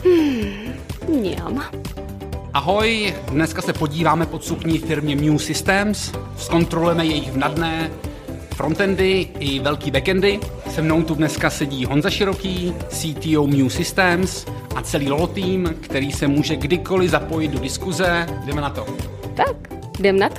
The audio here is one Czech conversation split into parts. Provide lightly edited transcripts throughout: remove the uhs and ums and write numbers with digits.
Mňam. Ahoj, dneska se podíváme pod sukní firmě Mew Systems, zkontrolujeme jejich vnadné frontendy i velký backendy. Se mnou tu dneska sedí Honza Široký, CTO Mew Systems a celý LOL tým, který se může kdykoliv zapojit do diskuze. Jdeme na to. Tak, jdem na to.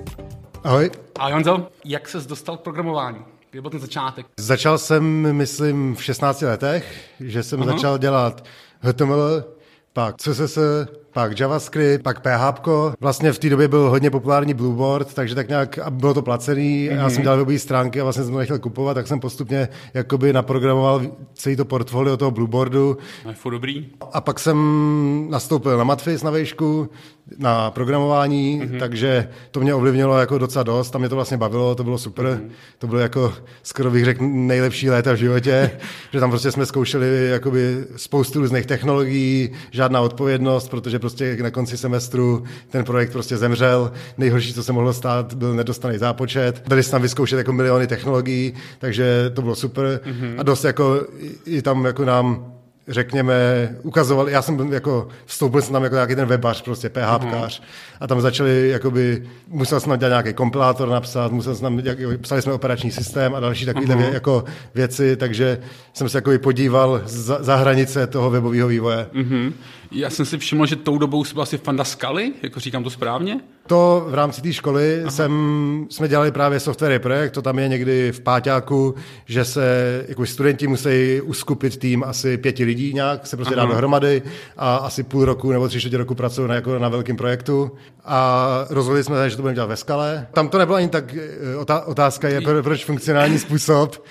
Ahoj. Ahoj Honzo, jak ses dostal k programování? Kdy byl ten začátek? Začal jsem, myslím, v 16 letech, že jsem začal dělat HTML, pak CSS, pak JavaScript, pak PHP. Vlastně v té době byl hodně populární Blueboard, takže tak nějak bylo to placený. Já jsem dělal webové stránky a vlastně jsem to nechtěl kupovat, tak jsem postupně jakoby naprogramoval celý to portfolio toho Blueboardu. No je furt dobrý. A pak jsem nastoupil na Matfis na vejšku, na programování, takže to mě ovlivnilo jako docela dost. Tam mě to vlastně bavilo, to bylo super. To bylo jako, skoro bych řekl, nejlepší léta v životě, že tam prostě jsme zkoušeli jakoby spoustu různých technologií, žádná odpovědnost, protože prostě na konci semestru ten projekt prostě zemřel. Nejhorší, co se mohlo stát, byl nedostaný zápočet. Dali se tam vyzkoušet jako miliony technologií, takže to bylo super. A dost jako i tam jako nám řekněme, ukazoval, já jsem jako, vstoupil jsem tam jako nějaký ten webař, prostě PHPkář a tam začali, jakoby, musel jsem tam dělat nějaký kompilátor napsat, psali jsme operační systém a další takovýhle jako věci, takže jsem se jako podíval za hranice toho webového vývoje. Já jsem si všiml, že tou dobou jsi byl asi fanda Skaly, jako říkám to správně? To v rámci té školy jsme dělali právě software projekt, to tam je někdy v páťáku, že se jako studenti musí uskupit tým asi 5 lidí nějak, se prostě dá dohromady a asi půl roku nebo 3/4 roku pracují na velkém projektu a rozhodli jsme se, že to budeme dělat ve Skale. Tam to nebylo ani tak, otázka je, proč funkcionální způsob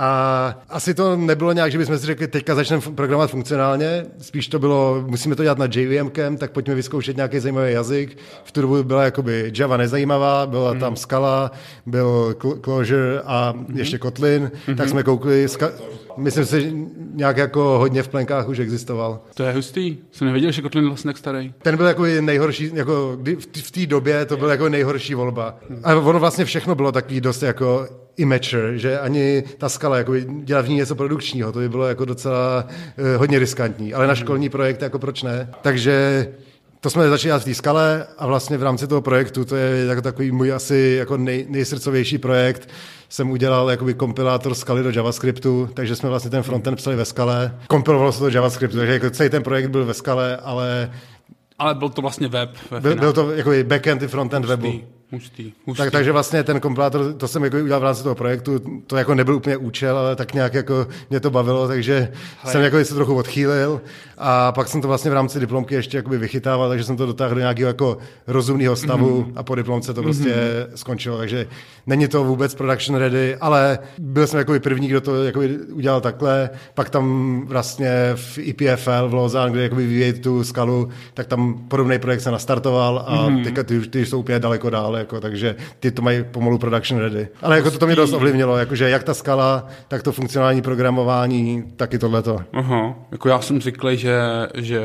a asi to nebylo nějak, že bychom si řekli, teďka začneme programovat funkcionálně, spíš to bylo, musíme to dělat nad JVMkem, tak pojďme vyzkoušet nějaký zajímavý jazyk. V tu dobu byla jakoby Java nezajímavá, byla tam Scala, byl Clojure a ještě Kotlin, tak jsme koukli, myslím si, že nějak jako hodně v plenkách už existoval. To je hustý, jsem nevěděl, že Kotlin vlastně tak starý. Ten byl jako nejhorší, jako v té době to byl jako nejhorší volba. A ono vlastně všechno bylo takový dost jako immature, že ani ta Scala, jako dělat v ní něco produkčního, to by bylo jako docela hodně riskantní, ale na školní projekt jako proč ne? Takže to jsme začali dělat v té Skale a vlastně v rámci toho projektu, to je jako takový můj asi jako nejsrdcovější projekt, jsem udělal jakoby kompilátor Skaly do JavaScriptu, takže jsme vlastně ten frontend psali ve Skale. Kompilovalo se to do JavaScriptu, takže jako celý ten projekt byl ve Skale, ale byl to vlastně web. Byl to jako backend i frontend webu. Hustý. Takže vlastně ten kompilátor, to jsem jako udělal v rámci toho projektu, to jako nebyl úplně účel, ale tak nějak jako mě to bavilo, takže jsem jako se trochu odchýlil a pak jsem to vlastně v rámci diplomky ještě jakoby vychytával, takže jsem to dotáhl do nějakého jako rozumného stavu a po diplomce to prostě skončilo, takže není to vůbec production ready, ale byl jsem jako první, kdo to jako udělal takhle, pak tam vlastně v EPFL v Lausanne, kde jakoby vyvíjí tu Skalu, tak tam podobný projekt se nastartoval a teďka ty jsou úplně daleko dál. Jako, takže ty to mají pomalu production ready. Ale jako to mě dost ovlivnilo, jakože jak ta Skala, tak to funkcionální programování, tak i tohleto. Aha, jako já jsem zvyklý, že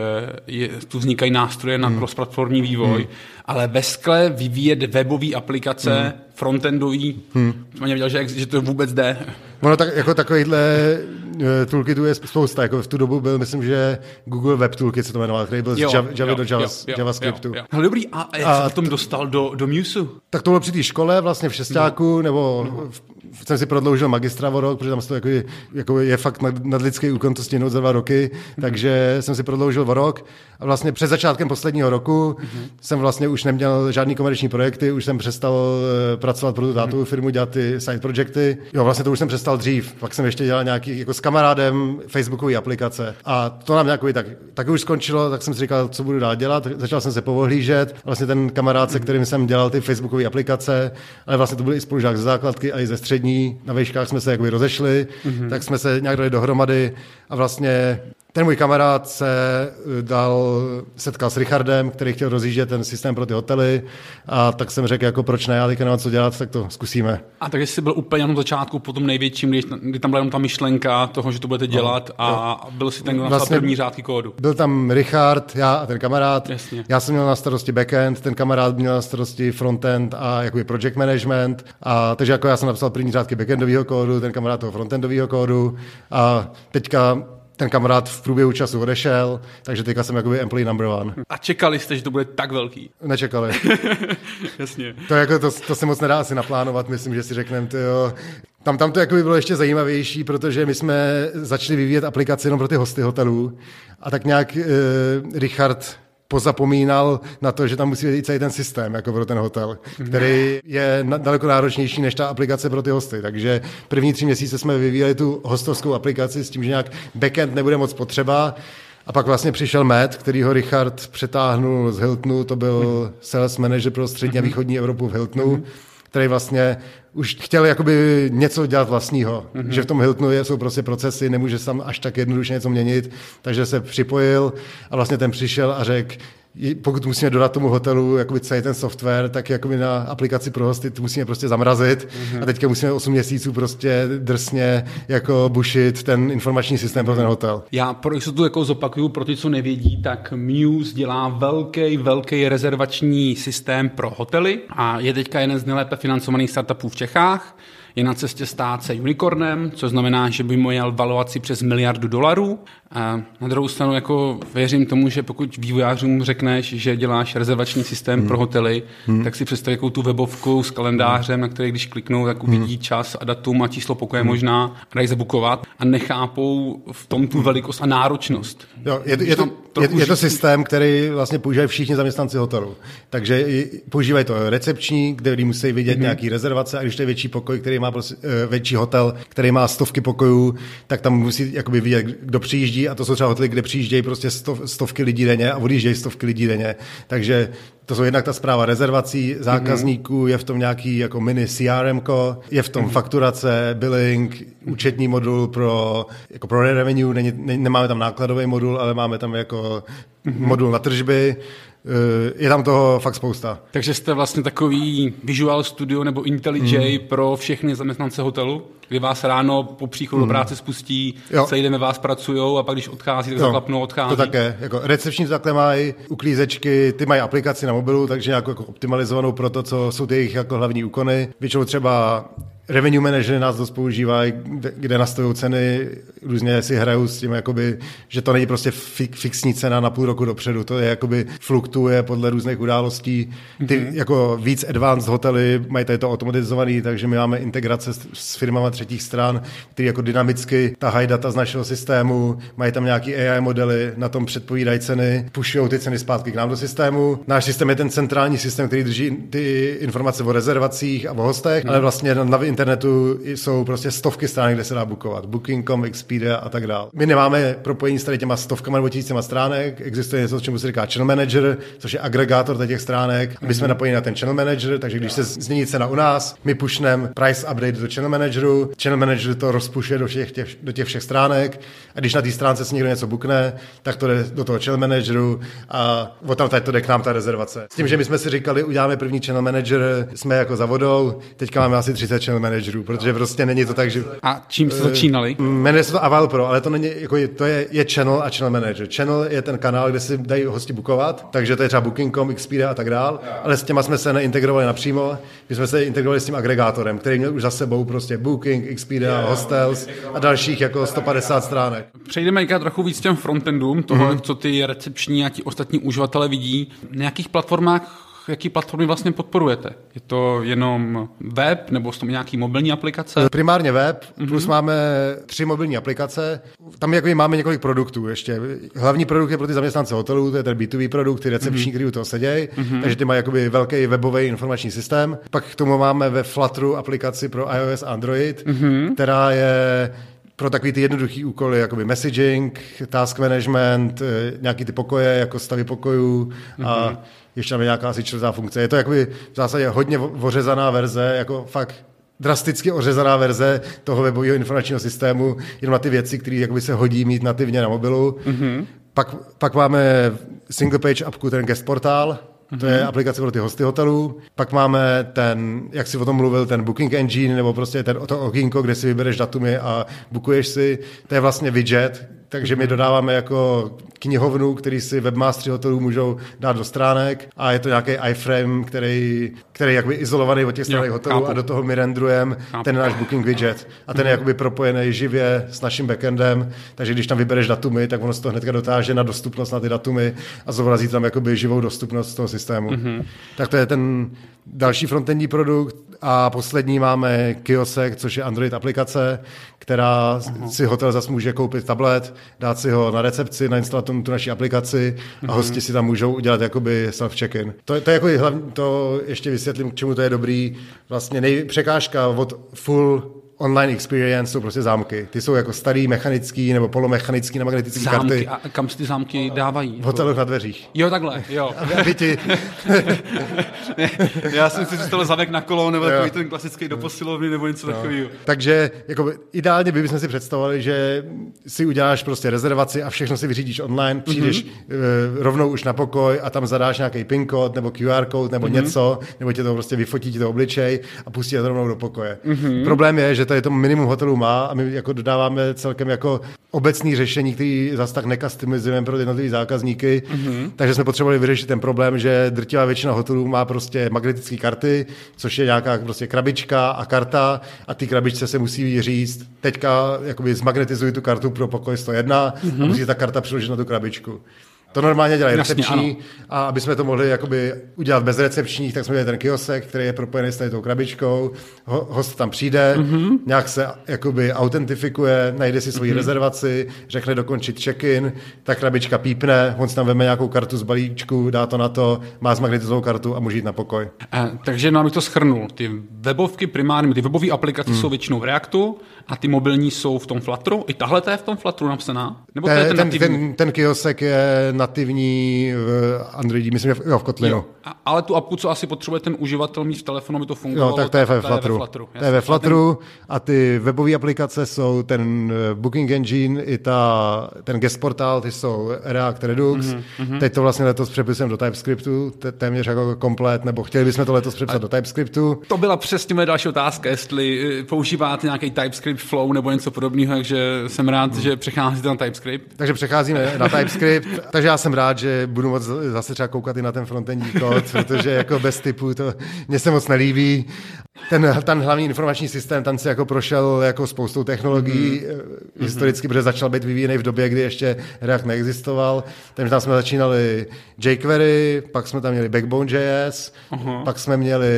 tu vznikají nástroje na cross-platformní vývoj, ale ve Skale vyvíjet webové aplikace, frontendový, jsem nevěděl, že to vůbec jde. Ono tak, jako takovýhle toolkitů je spousta, jako v tu dobu byl, myslím, že Google Web Toolkit se to jmenoval, který byl z Java do JavaScriptu. No dobrý, a jak se potom dostal do Mewsu? Tak to bylo při té škole, vlastně v šestáku, nebo jsem si prodloužil magistra o rok, protože tam to jako je fakt nadlidský úkon to stihnout za 2 roky, takže jsem si prodloužil o rok a vlastně před začátkem posledního roku jsem vlastně už neměl žádný komerční projekty, už jsem přestal pracovat pro tu tátovou firmu, dělat ty side projecty. Jo, vlastně to už jsem přestal dřív, pak jsem ještě dělal nějaký jako s kamarádem facebookové aplikace a to nám nějaký tak už skončilo, tak jsem si říkal, co budu dál dělat, začal jsem se povohlížet, vlastně ten kamarád, se kterým jsem dělal ty facebookové aplikace, ale vlastně to byl i spolužák ze základky a i ze střední, na vejškách jsme se jakoby rozešli, tak jsme se nějak dali dohromady a vlastně ten můj kamarád se setkal s Richardem, který chtěl rozjíždět ten systém pro ty hotely a tak jsem řekl, jako proč ne, já teďka nemám co dělat, tak to zkusíme. A takže jsi byl úplně na tom začátku, po tom největším, kdy tam byla jenom ta myšlenka toho, že to budete dělat a byl si ten, kdo napsal první řádky kódu. Byl tam Richard, já a ten kamarád. Jasně. Já jsem měl na starosti backend, ten kamarád měl na starosti frontend a jakoby project management. A takže jako já jsem napsal první řádky backendového kódu, ten kamarád toho frontendového kódu a teďka ten kamarád v průběhu času odešel, takže teďka jsem jakoby employee number one. A čekali jste, že to bude tak velký? Nečekali. Jasně. To se moc nedá asi naplánovat, myslím, že si řekneme, tyjo. Tam to jakoby bylo ještě zajímavější, protože my jsme začali vyvíjet aplikaci jenom pro ty hosty hotelů a tak nějak Richard pozapomínal na to, že tam musí být celý ten systém jako pro ten hotel, který je daleko náročnější než ta aplikace pro ty hosty. Takže první 3 měsíce jsme vyvíjeli tu hostovskou aplikaci s tím, že nějak backend nebude moc potřeba. A pak vlastně přišel Matt, kterýho Richard přetáhnul z Hiltonu, to byl sales manager pro střední a východní Evropu v Hiltonu, který vlastně už chtěl jakoby něco dělat vlastního, že v tom Hiltonu jsou prostě procesy, nemůže tam až tak jednoduše něco měnit, takže se připojil a vlastně ten přišel a řekl, pokud musíme dodat tomu hotelu jakoby celý ten software, tak jakoby na aplikaci pro hosty to musíme prostě zamrazit a teďka musíme 8 měsíců prostě drsně jako bušit ten informační systém pro ten hotel. Já pro jistotu jako zopakuju pro ty, co nevědí, tak Muse dělá velký rezervační systém pro hotely a je teďka jeden z nejlépe financovaných startupů v Čechách. Je na cestě stát se unicornem, což znamená, že by měl valuaci přes $1 miliard. A na druhou stranu jako věřím tomu, že pokud vývojářům řekneš, že děláš rezervační systém pro hotely, tak si představ jakou tu webovku s kalendářem, na který když kliknou, tak uvidí čas a datum a číslo pokoje možná a dají zabukovat a nechápou v tom tu velikost a náročnost. Jo, je to systém, který vlastně používají všichni zaměstnanci hotelu. Takže používají to recepční, který musí vidět nějaký rezervace a když to je větší pokoj, který má prostě, větší hotel, který má stovky pokojů, tak tam musí jakoby vidět, kdo přijíždí a to jsou třeba hotely, kde přijíždějí prostě stovky lidí denně a odjíždějí stovky lidí denně. Takže to jsou jednak ta správa rezervací, zákazníků, je v tom nějaký jako mini CRM-ko, je v tom fakturace, billing, účetní modul pro revenue, nemáme tam nákladový modul, ale máme tam jako modul na tržby. Je tam toho fakt spousta. Takže jste vlastně takový Visual Studio nebo IntelliJ pro všechny zaměstnance hotelu, kdy vás ráno po příchodu do práce spustí, celý den ve vás pracujou a pak když odchází, tak zaklapnou, odchází. To také. Jako recepční to takhle mají, uklízečky, ty mají aplikaci na mobilu, takže nějakou jako optimalizovanou pro to, co jsou ty jejich jako hlavní úkony. Většinou třeba revenue managery nás dost používají, kde nastavují ceny, různě si hrajou s tím, jakoby, že to není prostě fixní cena na půl roku dopředu, to je jakoby fluktuje podle různých událostí. Ty jako víc advanced hotely mají tady to automatizovaný, takže my máme integrace s firmama třetích stran, který jako dynamicky tahají data z našeho systému, mají tam nějaký AI modely, na tom předpovídají ceny, pušujou ty ceny zpátky k nám do systému. Náš systém je ten centrální systém, který drží ty informace o rezervacích a o hostech, ale vlastně na internetu jsou prostě stovky stránek, kde se dá bookovat. Booking.com, Expedia a tak dále. My nemáme propojení s tady těma stovkama nebo tisícema stránek. Existuje něco, čemu se říká channel manager, což je agregátor těch stránek. My jsme napojeni na ten channel manager, takže když se změní cena u nás, my pušneme price update do channel manageru. Channel manager to rozpušuje do těch všech stránek a když na té stránce si někdo něco bookne, tak to jde do toho channel manageru a tam to jde k nám ta rezervace. S tím, že my jsme si říkali, uděláme první channel manager, jsme jako za vodou, teďka máme asi 30 channel managerů, protože prostě není to tak, že... A čím jste začínali? Jmenuje se to Aval Pro, ale to není, jako to je channel a channel manager. Channel je ten kanál, kde si dají hosti bookovat, takže to je třeba Booking.com, Expedia a tak dál, ale s těma jsme se neintegrovali napřímo, my jsme se integrovali s tím agregátorem, který měl už za sebou prostě Booking, Expedia, Hostels a dalších jako 150 stránek. Přejdeme trochu víc těm frontendům, toho, co ty recepční a ti ostatní uživatelé vidí. Na jakých platformách, jaký platformy vlastně podporujete? Je to jenom web, nebo jsou to nějaký mobilní aplikace? Primárně web, plus máme 3 mobilní aplikace. Tam jako máme několik produktů ještě. Hlavní produkt je pro ty zaměstnance hotelů, to je ten B2B produkt, ty recepční, který u toho sedějí, takže ty mají jakoby velký webový informační systém. Pak k tomu máme ve Flutteru aplikaci pro iOS a Android, která je pro takový ty jednoduchý úkoly, jakoby messaging, task management, nějaký ty pokoje, jako stavy pokojů a ještě tam je nějaká asi 4. funkce. Je to jakoby v zásadě hodně ořezaná verze, jako fakt drasticky ořezaná verze toho webového informačního systému, jenom na ty věci, které jakoby se hodí mít nativně na mobilu. Pak máme single page appku, ten guest portál, to je aplikace pro ty hosty hotelů. Pak máme ten, jak jsi o tom mluvil, ten booking engine, nebo prostě to okýnko, kde si vybereš datumy a bookuješ si. To je vlastně widget, takže my dodáváme jako knihovnu, který si webmastery hotelů můžou dát do stránek a je to nějaký iframe, který je jakoby izolovaný od těch stránek hotelů a do toho my rendrujeme ten náš booking widget a ten je jakoby propojený živě s naším backendem, takže když tam vybereš datumy, tak ono se to hnedka dotáže na dostupnost na ty datumy a zobrazí tam jakoby živou dostupnost toho systému. Tak to je ten další frontendní produkt a poslední máme Kiosek, což je Android aplikace, která si hotel zase může koupit tablet, dát si ho na recepci, nainstalovat tu naši aplikaci a hosti si tam můžou udělat jakoby self-check-in. To je jako hlavně, to ještě vysvětlím, k čemu to je dobrý. Vlastně překážka od full online experience jsou prostě zámky. Ty jsou jako starý, mechanický nebo polomechanický na magnetické karty. A kam si ty zámky dávají? V hotelech na dveřích. Jo, takhle, jo. Aby ti... Já jsem si představil zámek na kolo, nebo takový ten klasický do posilovny, nebo něco takového. Takže jako ideálně bychom si představovali, že si uděláš prostě rezervaci a všechno si vyřídíš online, přijdeš rovnou už na pokoj a tam zadáš nějaký PIN kód nebo QR kód nebo něco, nebo tě to prostě vyfotí ti to obličej a pustí to rovnou do pokoje. Problém je, že to je to minimum hotelů má a my jako dodáváme celkem jako obecný řešení, který zase tak nekastomizujeme pro jednotlivý zákazníky, takže jsme potřebovali vyřešit ten problém, že drtivá většina hotelů má prostě magnetické karty, což je nějaká prostě krabička a karta a ty krabičce se musí říct, teďka jakoby zmagnetizuj tu kartu pro pokoj 101 a musí ta karta přiložit na tu krabičku. To normálně dělají recepční a aby jsme to mohli jakoby udělat bez recepčních, tak jsme měli ten kiosek, který je propojený s tou krabičkou. Host tam přijde, nějak se jakoby autentifikuje, najde si svoji rezervaci, řekne dokončit check-in, ta krabička pípne, on si tam veme nějakou kartu z balíčku, dá to na to, má zmagnetizovanou kartu a může jít na pokoj. Takže abych to shrnul, ty webovky primárně, ty webové aplikace jsou většinou v Reactu a ty mobilní jsou v tom Flutteru. I tahle je v tom Flutteru napsaná? Nebo to je ten kiosek je nativní v Androidi, myslím, že v Kotlinu. Ale tu apku, co asi potřebuje ten uživatel mít v telefonu, aby to fungovalo, tak to je ve Flutteru. To je ve Flutteru a ty webové aplikace jsou ten Booking Engine i ten guest portál, ty jsou React Redux. Teď to vlastně letos přepisujeme do TypeScriptu, téměř jako komplet, nebo chtěli bychom to letos přepsat do TypeScriptu. To byla přesně moje další otázka, jestli používáte nějaký TypeScript Flow nebo něco podobného, takže jsem rád, že přecházíte na TypeScript. Takže přecházíme na TypeScript, takže já jsem rád, že budu moc zase třeba koukat i na ten frontendní kód, protože jako bez typu to mně se moc nelíbí. Ten hlavní informační systém, tam se jako prošel jako spoustou technologií, historicky, protože začal být vyvíjený v době, kdy ještě React neexistoval. Takže tam jsme začínali jQuery, pak jsme tam měli Backbone.js, pak jsme měli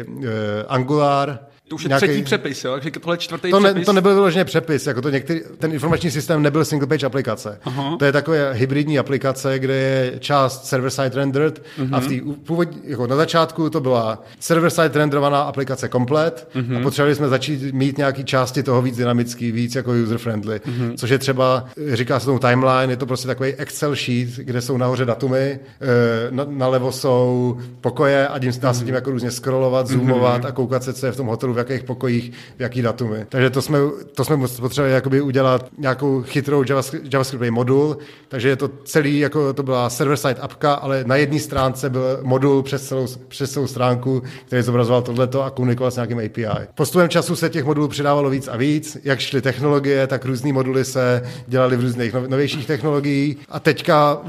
Angular. To už je třetí přepis, jo? Takže tohle je čtvrtý přepis. To nebyl vyloženě přepis, jako ten informační systém nebyl single page aplikace. To je takové hybridní aplikace, kde je část server-side rendered a v té původní, jako na začátku to byla server-side renderovaná aplikace komplet a potřebovali jsme začít mít nějaký části toho víc dynamický, víc jako user-friendly, což je třeba, říká se tomu timeline, je to prostě takový Excel sheet, kde jsou nahoře datumy, nalevo jsou pokoje a dá se tím jako různě scrollovat, zoomovat a koukat se, co je v tom hotelu, v jakých pokojích, v jaký datumy. Takže to jsme potřebovali jakoby udělat nějakou chytrou JavaScript modul, takže je to celý, jako to byla server-side appka, ale na jedné stránce byl modul přes celou stránku, který zobrazoval tohleto a komunikoval s nějakým API. Postupem času se těch modulů přidávalo víc a víc, jak šly technologie, tak různý moduly se dělaly v různých novějších technologiích a teďka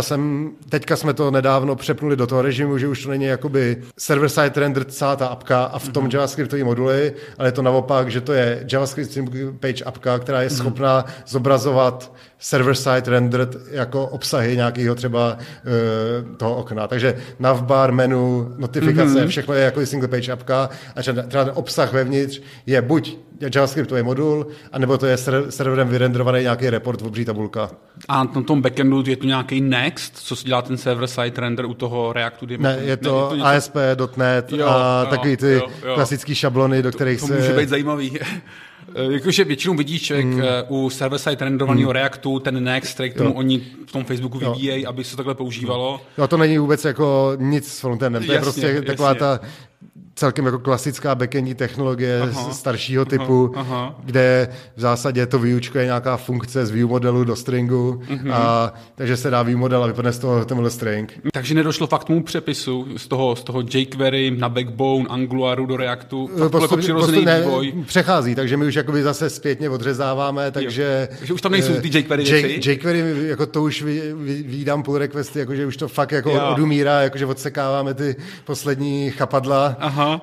jsme to nedávno přepnuli do toho režimu, že už to není jakoby server-side rendered celá ta appka a v tom JavaScriptový moduly, ale je to naopak, že to je JavaScript single page appka, která je schopná zobrazovat server-side rendered jako obsahy nějakého třeba toho okna. Takže navbar, menu, notifikace, všechno je jako single page appka a třeba ten obsah vevnitř je buď JavaScriptový modul, anebo to je serverem vyrenderovaný nějaký report v obří tabulka. A na tom backendu je to nějaký Next, co si dělá ten server-side render u toho Reactu? Ne, je to ASP.NET a takový ty klasický šablony, do kterých to může být zajímavý. Jakože většinou vidíš člověk u server-side renderovaného Reactu, ten Next, který k tomu oni v tom Facebooku vyvíjejí, aby se takhle používalo. No to není vůbec jako nic s frontendem, to je prostě taková ta celkem jako klasická backendní technologie staršího typu, kde v zásadě to vyučkuje nějaká funkce z view modelu do stringu, a takže se dá view model a vypadne z toho tenhle string. Takže nedošlo fakt tomu přepisu z toho jQuery na Backbone, Angularu do Reactu, jako přirozený vývoj. Přechází, takže my už jakoby zase zpětně odřezáváme, takže už tam nejsou ty jQuery věci. jQuery, jako to už vídám pull requesty, jakože už to fakt jako odumírá, jakože odsekáváme ty poslední chapadla.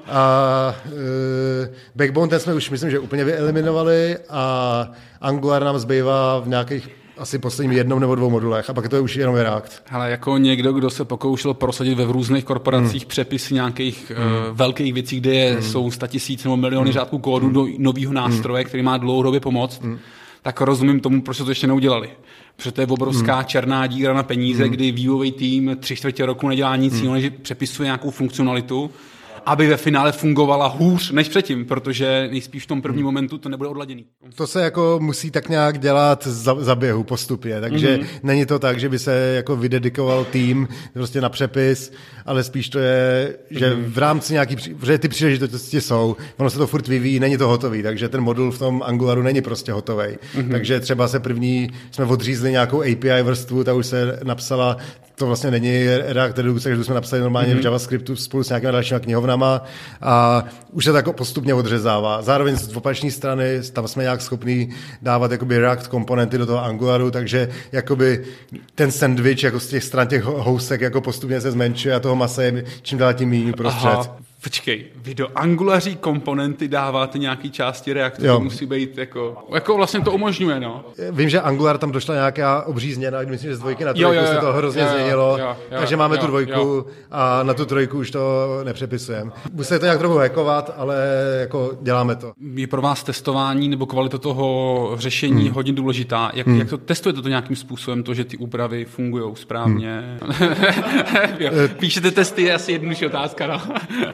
A Backbone ten jsme už myslím, že úplně vyeliminovali a Angular nám zbývá v nějakých asi posledním 1 nebo 2 modulech a pak to je už jenom React. Hele, jako někdo, kdo se pokoušel prosadit ve různých korporacích přepisy nějakých velkých věcí, kde jsou 100 000 nebo miliony řádků kódu do nového nástroje, který má dlouhodobě pomoct, tak rozumím tomu, proč to ještě neudělali. Protože to je obrovská černá díra na peníze, kdy vývojový tým 3/4 roku nedělá nic jiného, než přepisuje nějakou funkcionalitu, aby ve finále fungovala hůř než předtím, protože nejspíš v tom prvním momentu to nebude odladěný. To se jako musí tak nějak dělat za běhu postupně, takže není to tak, že by se jako vydedikoval tým prostě na přepis, ale spíš to je, že v rámci nějaký, protože ty příležitosti jsou, ono se to furt vyvíjí, není to hotový, takže ten modul v tom Angularu není prostě hotovej. Takže třeba jsme odřízli nějakou API vrstvu, ta už se napsala, to vlastně není React Redux, takže jsme napsali normálně v JavaScriptu spolu s nějakými dalšími knihovnama a už se tak postupně odřezává. Zároveň z opačné strany tam jsme nějak schopní dávat jakoby React komponenty do toho Angularu, takže jakoby ten sandwich jako z těch stran těch housek jako postupně se zmenšuje a toho masa je čím dál tím méně prostřed. Počkej, vy do angulaří komponenty dáváte nějaký části Reactu, to musí být jako vlastně to umožňuje, no. Vím, že Angular tam došla nějaká obří změna, myslím, že z 2 na 3 se to hrozně změnilo, takže máme tu 2 a na tu 3 už to nepřepisujeme. Musí to nějak trochu hackovat, ale jako děláme to. Je pro vás testování nebo kvalita toho řešení hodně důležitá. Jak to testujete to nějakým způsobem, to, že ty úpravy fungují správně? Píšete testy, je asi jednodušší otázka, no.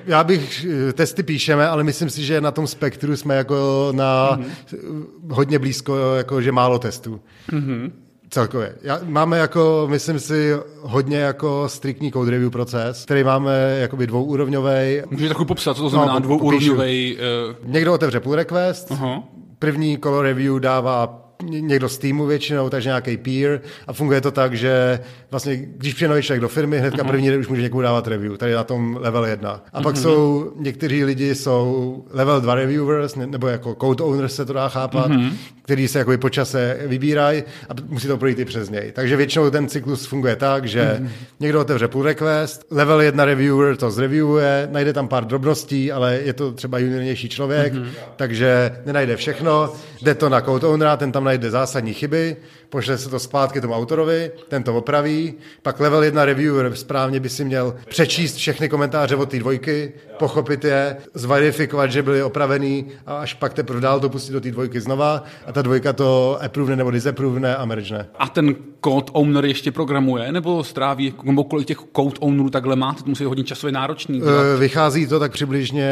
Testy píšeme, ale myslím si, že na tom spektru jsme jako na hodně blízko, jako že málo testů. Celkově. Máme jako, myslím si, hodně jako striktní code review proces, který máme jakoby 2úrovňový. Můžete trochu popsat, co to znamená 2úrovňový? Někdo otevře pull request, první kolo review dává někdo z týmu většinou, takže nějaký peer a funguje to tak, že vlastně, když přijde nový člověk do firmy, hnedka první den už může někomu dávat review, tady na tom level 1. A pak jsou, někteří lidi jsou level 2 reviewers, nebo jako code owners se to dá chápat, který se jako po čase vybírají a musí to projít i přes něj. Takže většinou ten cyklus funguje tak, že někdo otevře pull request, level 1 reviewer to zreviewuje, najde tam pár drobností, ale je to třeba juniornější člověk, takže nenajde všechno, jde to na code ownera, ten tam najde zásadní chyby, pošle se to zpátky tomu autorovi, ten to opraví, pak level 1 reviewer správně by si měl přečíst všechny komentáře od té 2, pochopit je, zverifikovat, že byly opravený a až pak teprve dál to pustit do té 2 znova a ta 2 to approve nebo disapprovene a merge. A ten code owner ještě programuje, nebo stráví, nebo kolik těch code ownerů takhle máte, to musí být hodně časově náročný. Vychází to tak přibližně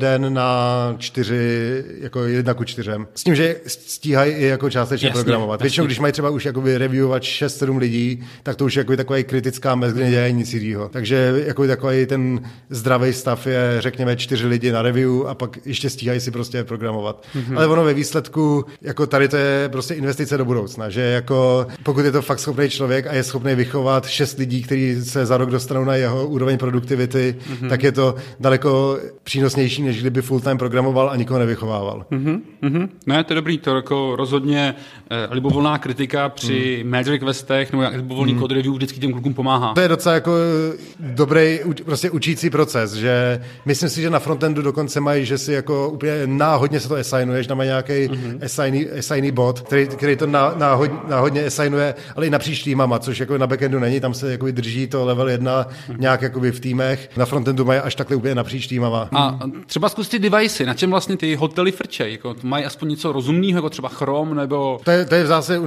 1:4, jako 1:4. S tím, že stíhají i jako částečně programovat. Většinou, když mají třeba už jakoby reviewovat 6-7 lidí, tak to už je jako taková kritická mez, kde nedělají nic jiného. Takže jako takový ten zdravý stav je, řekněme, 4 lidi na review a pak ještě stíhají si prostě programovat. Ale ono ve výsledku, jako tady to je prostě investice do budoucna, že jako pokud je to fakt schopný člověk a je schopný vychovat 6 lidí, kteří se za rok dostanou na jeho úroveň produktivity, tak je to daleko přínosnější, než kdyby full time programoval a nikoho nevychovával. Ne, to je dobrý, to jako rozhodně libovolná kritika při merge requestech nebo libovolný code review vždycky těm klukům pomáhá. To je docela jako dobrý prostě učící proces, že myslím si, že na frontendu dokonce mají, že si jako úplně náhodně se to assignuje, že tam mají nějaký assigný bot, který to náhodně assignuje, ale i napříč týmama, což jako na backendu není, tam se jako drží to level 1 nějak jakoby v týmech. Na frontendu mají až takhle úplně napříč týmama. A třeba zkus ty devicey, na čem vlastně ty hotely frčej, jako mají aspoň něco rozumného, jako třeba Chrome nebo... To je v zásadě u nás podmínka,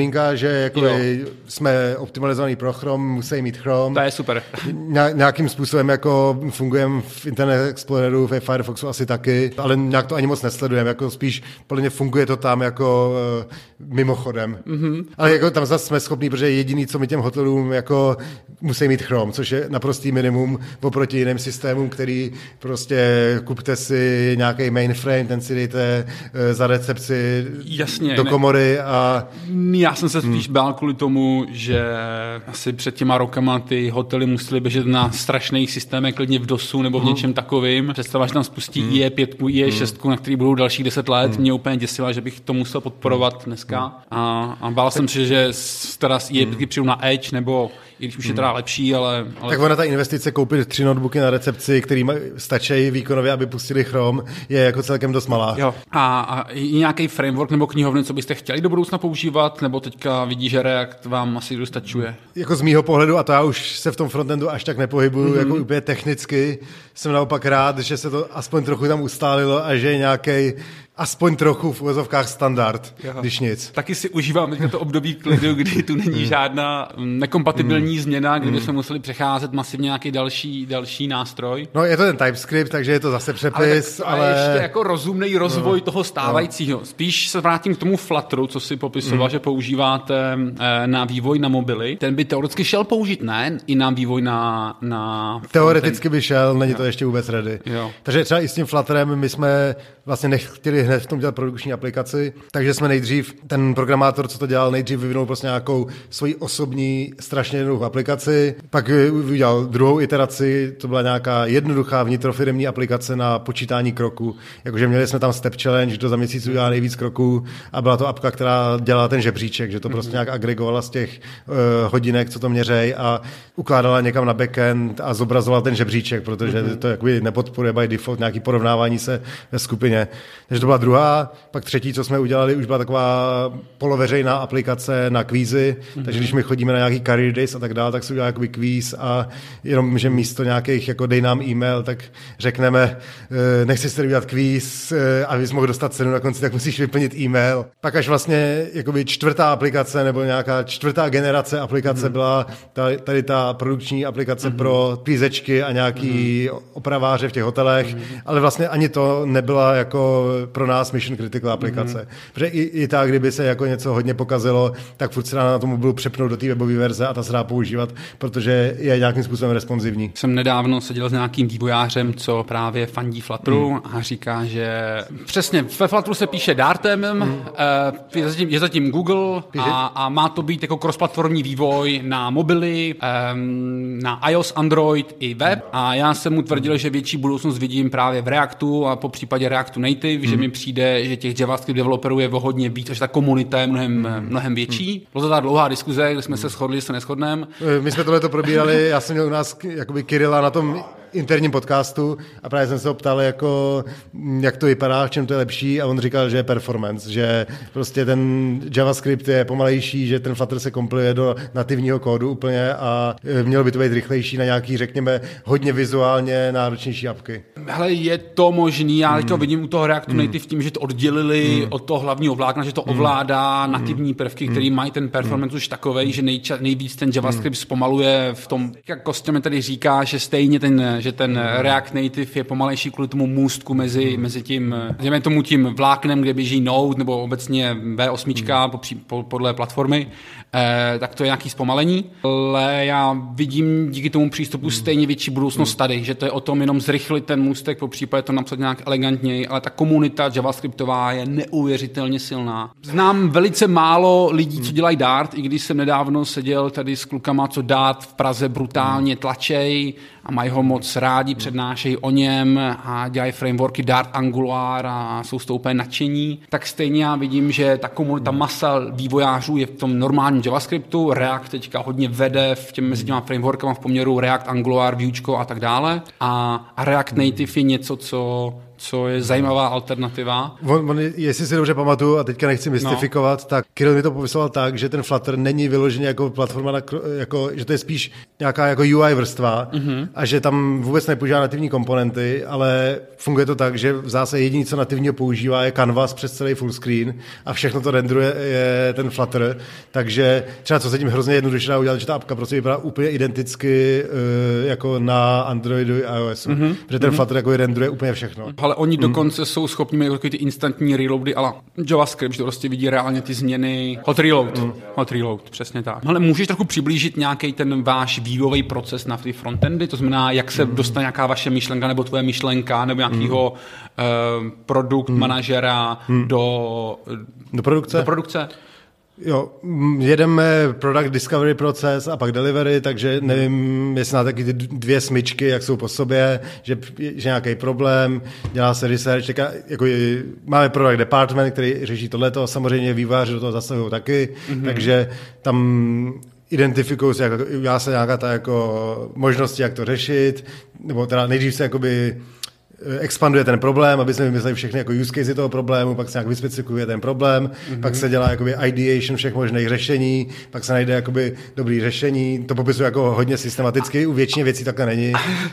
podmínka, že jako jsme optimalizovaný pro Chrome, musí mít Chrome. To je super. Nějakým způsobem jako fungujeme v Internet Exploreru, ve Firefoxu asi taky, ale nějak to ani moc nesledujeme, jako spíš podle mě funguje to tam jako mimochodem. Mm-hmm. Ale jako tam zase jsme schopní, protože jediný, co my těm hotelům jako musí mít Chrome, což je naprostý minimum oproti jiným systémům, který prostě kupte si nějaký mainframe, ten si dejte za recepci do komory a... Já jsem se spíš bál kvůli tomu, že asi před těma rokama ty hotely musely běžet na strašných systémech, klidně v DOSu nebo v něčem takovým. Představa, že tam spustí IE5, IE6, na který budou dalších 10 let, mě úplně děsila, že bych to musel podporovat dneska. A bál jsem se, že teda z IE5 přijdu na Edge, nebo i když už je teda lepší, ale... Tak ona ta investice koupit 3 notebooky na recepci, který stačí výkonově, aby pustili Chrome, je jako celkem dost malá. Jo. A nějaký framework nebo knihovny, co byste chtěli do budoucna používat, nebo teďka vidí, že React vám asi dostačuje? Jako z mýho pohledu, a to já už se v tom frontendu až tak nepohybuju, jako úplně technicky, jsem naopak rád, že se to aspoň trochu tam ustálilo a že je nějaký aspoň trochu v uvozovkách standard, když nic. Taky si užívám teďka to období klidu, kdy tu není žádná nekompatibilní změna, kdy bychom museli přecházet masivně nějaký další nástroj. No je to ten TypeScript, takže je to zase přepis, ale ještě jako rozumný rozvoj toho stávajícího. Spíš se vrátím k tomu Flutteru, co si popisoval, že používáte na vývoj na mobily. Ten by teoreticky šel použít, ne? I na vývoj na teoreticky by šel, není to ještě vůbec ready. Jo. Takže třeba i s tím Flutterem my jsme vlastně nechtěli hned v tom dělat produkční aplikaci, takže jsme nejdřív, ten programátor, co to dělal, nejdřív vyvinul prostě nějakou svoji osobní strašně jednoduchou aplikaci, pak udělal druhou iteraci, to byla nějaká jednoduchá vnitrofiremní aplikace na počítání kroků, jakože měli jsme tam step challenge, kdo za měsíc udělá nejvíc kroků a byla to apka, která dělala ten žebříček, že to prostě nějak agregovala z těch hodinek, co to měřej a ukládala někam na backend a zobrazovala ten žebříček, protože to jakoby nepodporuje by default nějaký porovnávání se ve skupině. Takže to byla druhá, pak třetí, co jsme udělali, už byla taková poloveřejná aplikace na kvízy, takže když my chodíme na nějaký career days a tak dále, tak se udělá jakoby kvíz a jenom, že místo nějakých jako dej nám e-mail, tak řekneme, nechci si tady udělat kvíz, abys mohl dostat cenu na konci, tak musíš vyplnit e-mail. Pak až vlastně jakoby čtvrtá aplikace nebo nějaká čtvrtá generace aplikace byla tady ta produkční aplikace pro klízečky a nějaký opraváře v těch hotelech, ale vlastně ani to nebyla jako pro nás mission critical aplikace. Protože i tak, kdyby se jako něco hodně pokazilo, tak furt se dá na tom mobilu přepnout do té webové verze a ta se dá používat, protože je nějakým způsobem responsivní. Jsem nedávno seděl s nějakým vývojářem, co právě fandí Flutteru a říká, že přesně ve Flutteru se píše Dartem, je zatím Google a má to být jako cross-platformní vývoj na mobily, na iOS, Android i web a já jsem mu tvrdil, že větší budoucnost vidím právě v Reactu a po případě Reactu Native, že mi přijde, že těch JavaScript developerů je o hodně víc, že ta komunita je mnohem větší. Byla to ta dlouhá diskuze, kde jsme se shodli, že se neshodneme. My jsme tohle to probírali, já jsem měl u nás jakoby Kirila na tom interním podcastu a právě jsem se ho ptal, jako, jak to vypadá, v čem to je lepší a on říkal, že je performance, že prostě ten JavaScript je pomalejší, že ten Flutter se kompiluje do nativního kódu úplně a mělo by to být rychlejší na nějaký, řekněme, hodně vizuálně náročnější apky. Hele, je to možný, já to vidím u toho Reactu Native tím, že to oddělili od toho hlavního vlákna, že to ovládá nativní prvky, který mají ten performance už takovej, že nejvíc ten JavaScript zpomaluje v tom, jak Kostya mi tady říká, že stejně že ten React Native je pomalejší kvůli tomu můstku mezi tím, tím vláknem, kde běží Node, nebo obecně V8 podle platformy, tak to je nějaký zpomalení. Ale já vidím díky tomu přístupu stejně větší budoucnost tady, že to je o tom jenom zrychlit ten můstek, po případě to napsat nějak elegantněji, ale ta komunita javascriptová je neuvěřitelně silná. Znám velice málo lidí, co dělají Dart, i když jsem nedávno seděl tady s klukama, co Dart v Praze brutálně tlačej a mají ho moc rádi, přednášejí o něm a dělají frameworky Dart, Angular a jsou z toho úplně nadšení. Tak stejně já vidím, že ta komunita, masa vývojářů je v tom normálním JavaScriptu, React teďka hodně vede mezi těma frameworkama v poměru React, Angular, Vuečko a tak dále. A React Native je něco, co co je zajímavá alternativa. Jestli si dobře pamatuju, a teďka nechci mystifikovat, tak Kirill mi to popisoval tak, že ten Flutter není vyložený jako platforma, jako, že to je spíš nějaká jako UI vrstva a že tam vůbec nepoužívá nativní komponenty, ale funguje to tak, že v zásadě jediné, co nativního používá, je Canvas přes celý full screen a všechno to rendruje je ten Flutter. Takže třeba co se tím hrozně jednoduše dá udělat, že ta apka prostě vypadá úplně identicky jako na Androidu i iOSu. Protože ten Flutter jako rendruje úplně všechno. Ale oni dokonce jsou schopni mít takový ty instantní reloady ale JavaScript, že to prostě vidí reálně ty změny. Hot reload, přesně tak. Ale můžeš trochu přiblížit nějaký ten váš vývojový proces na ty frontendy, to znamená, jak se dostane nějaká vaše myšlenka nebo tvoje myšlenka nebo nějakého produkt manažera do produkce? Jo, jedeme product discovery proces a pak delivery, takže nevím, jestli na taky ty dvě smyčky, jak jsou po sobě, že nějaký problém, dělá se research, jako máme product department, který řeší tohleto, samozřejmě vývojáři do toho zasahují taky, takže tam identifikují se, udělá se nějaká ta jako možnosti, jak to řešit, nebo teda nejdřív se jakoby expanduje ten problém, aby jsme vymysleli všechny jako use case toho problému, pak se nějak vyspecifikuje ten problém, pak se dělá jakoby ideation všech možných řešení, pak se najde jakoby dobrý řešení, to popisuje jako hodně systematicky, u většině věcí takhle není.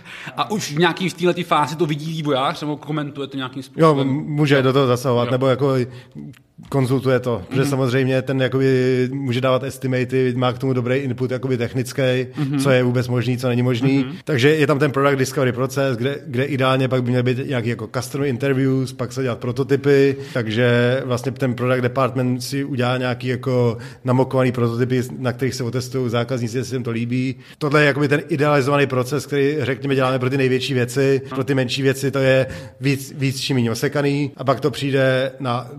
A už v nějaký v této fázi to vidí vývojář, nebo komentuje to nějakým způsobem? Jo, může do toho zasahovat, nebo jako konzultuje to, protože samozřejmě ten jakoby může dávat estimaty, má k tomu dobrý input jakoby technický, co je vůbec možný, co není možný. Takže je tam ten product discovery proces, kde ideálně pak by měly být nějaký jako customer interviews, pak se dělat prototypy, takže vlastně ten product department si udělá nějaký jako namokovaný prototypy, na kterých se otestují zákazníci, jestli jim to líbí. Tohle je jakoby ten idealizovaný proces, který řekněme děláme pro ty největší věci, pro ty menší věci to je víc či méně osekaný a pak to přijde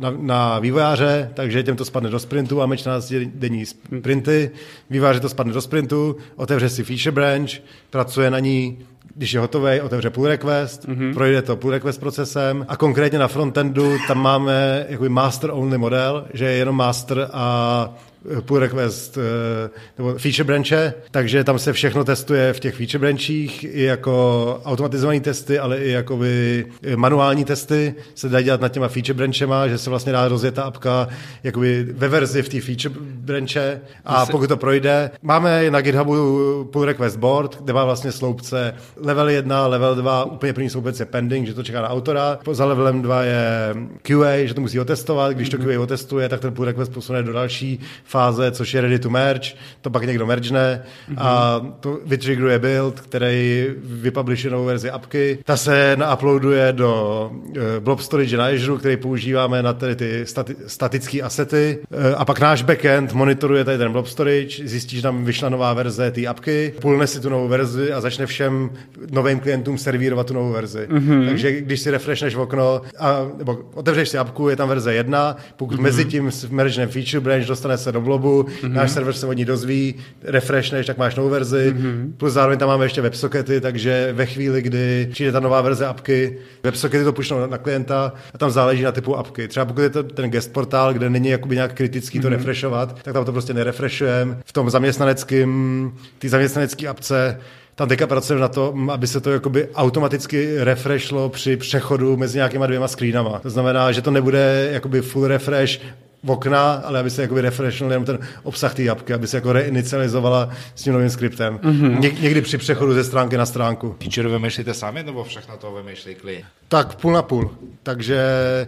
na vývojáře, takže těm to spadne do sprintu, máme 14-denní sprinty, vývojáře to spadne do sprintu, otevře si feature branch, pracuje na ní, když je hotový, otevře pull request, projde to pull request procesem a konkrétně na frontendu tam máme jakoby master only model, že je jenom master a pull request nebo feature branche, takže tam se všechno testuje v těch feature branchích, i jako automatizované testy, ale i jakoby manuální testy se dají dělat nad těma feature branchema, že se vlastně dá rozjet ta apka jakoby ve verzi v té feature branche a pokud to projde, máme na GitHubu pull request board, kde má vlastně sloupce level 1, level 2, úplně první sloupec je pending, že to čeká na autora, za levelem 2 je QA, že to musí otestovat, když to QA otestuje, tak ten pull request posune do další fáze, což je ready to merge, to pak někdo mergene a to vytriggeruje build, který vypublishuje novou verzi apky. Ta se nauploaduje do blob storage na Azure, který používáme na ty statické asety a pak náš backend monitoruje tady ten blob storage, zjistí, že tam vyšla nová verze té apky, pulne si tu novou verzi a začne všem novým klientům servírovat tu novou verzi. Takže když si refreshneš v okno nebo otevřeš si apku, je tam verze 1, pokud mezi tím mergeneme feature branch, dostane se do blobu, náš server se od ní dozví, refreshneš, tak máš novou verzi, plus zároveň tam máme ještě WebSockety, takže ve chvíli, kdy přijde ta nová verze apky, WebSockety to pušnou na klienta a tam záleží na typu apky. Třeba pokud je to ten guest portál, kde není jakoby nějak kritický to refreshovat, tak tam to prostě nerefreshujeme. V tom ty zaměstnanecké apce tam teďka pracujeme na to, aby se to jakoby automaticky refreshlo při přechodu mezi nějakýma dvěma screenama. To znamená, že to nebude jakoby full refresh v okna, ale aby se jakoby refreshnul jenom ten obsah té apky, aby se jako reinicializovala s tím novým skriptem. Někdy při přechodu ze stránky na stránku. Feature vymýšlíte sami, nebo všechno to vymýšlí klient? Tak půl na půl. Takže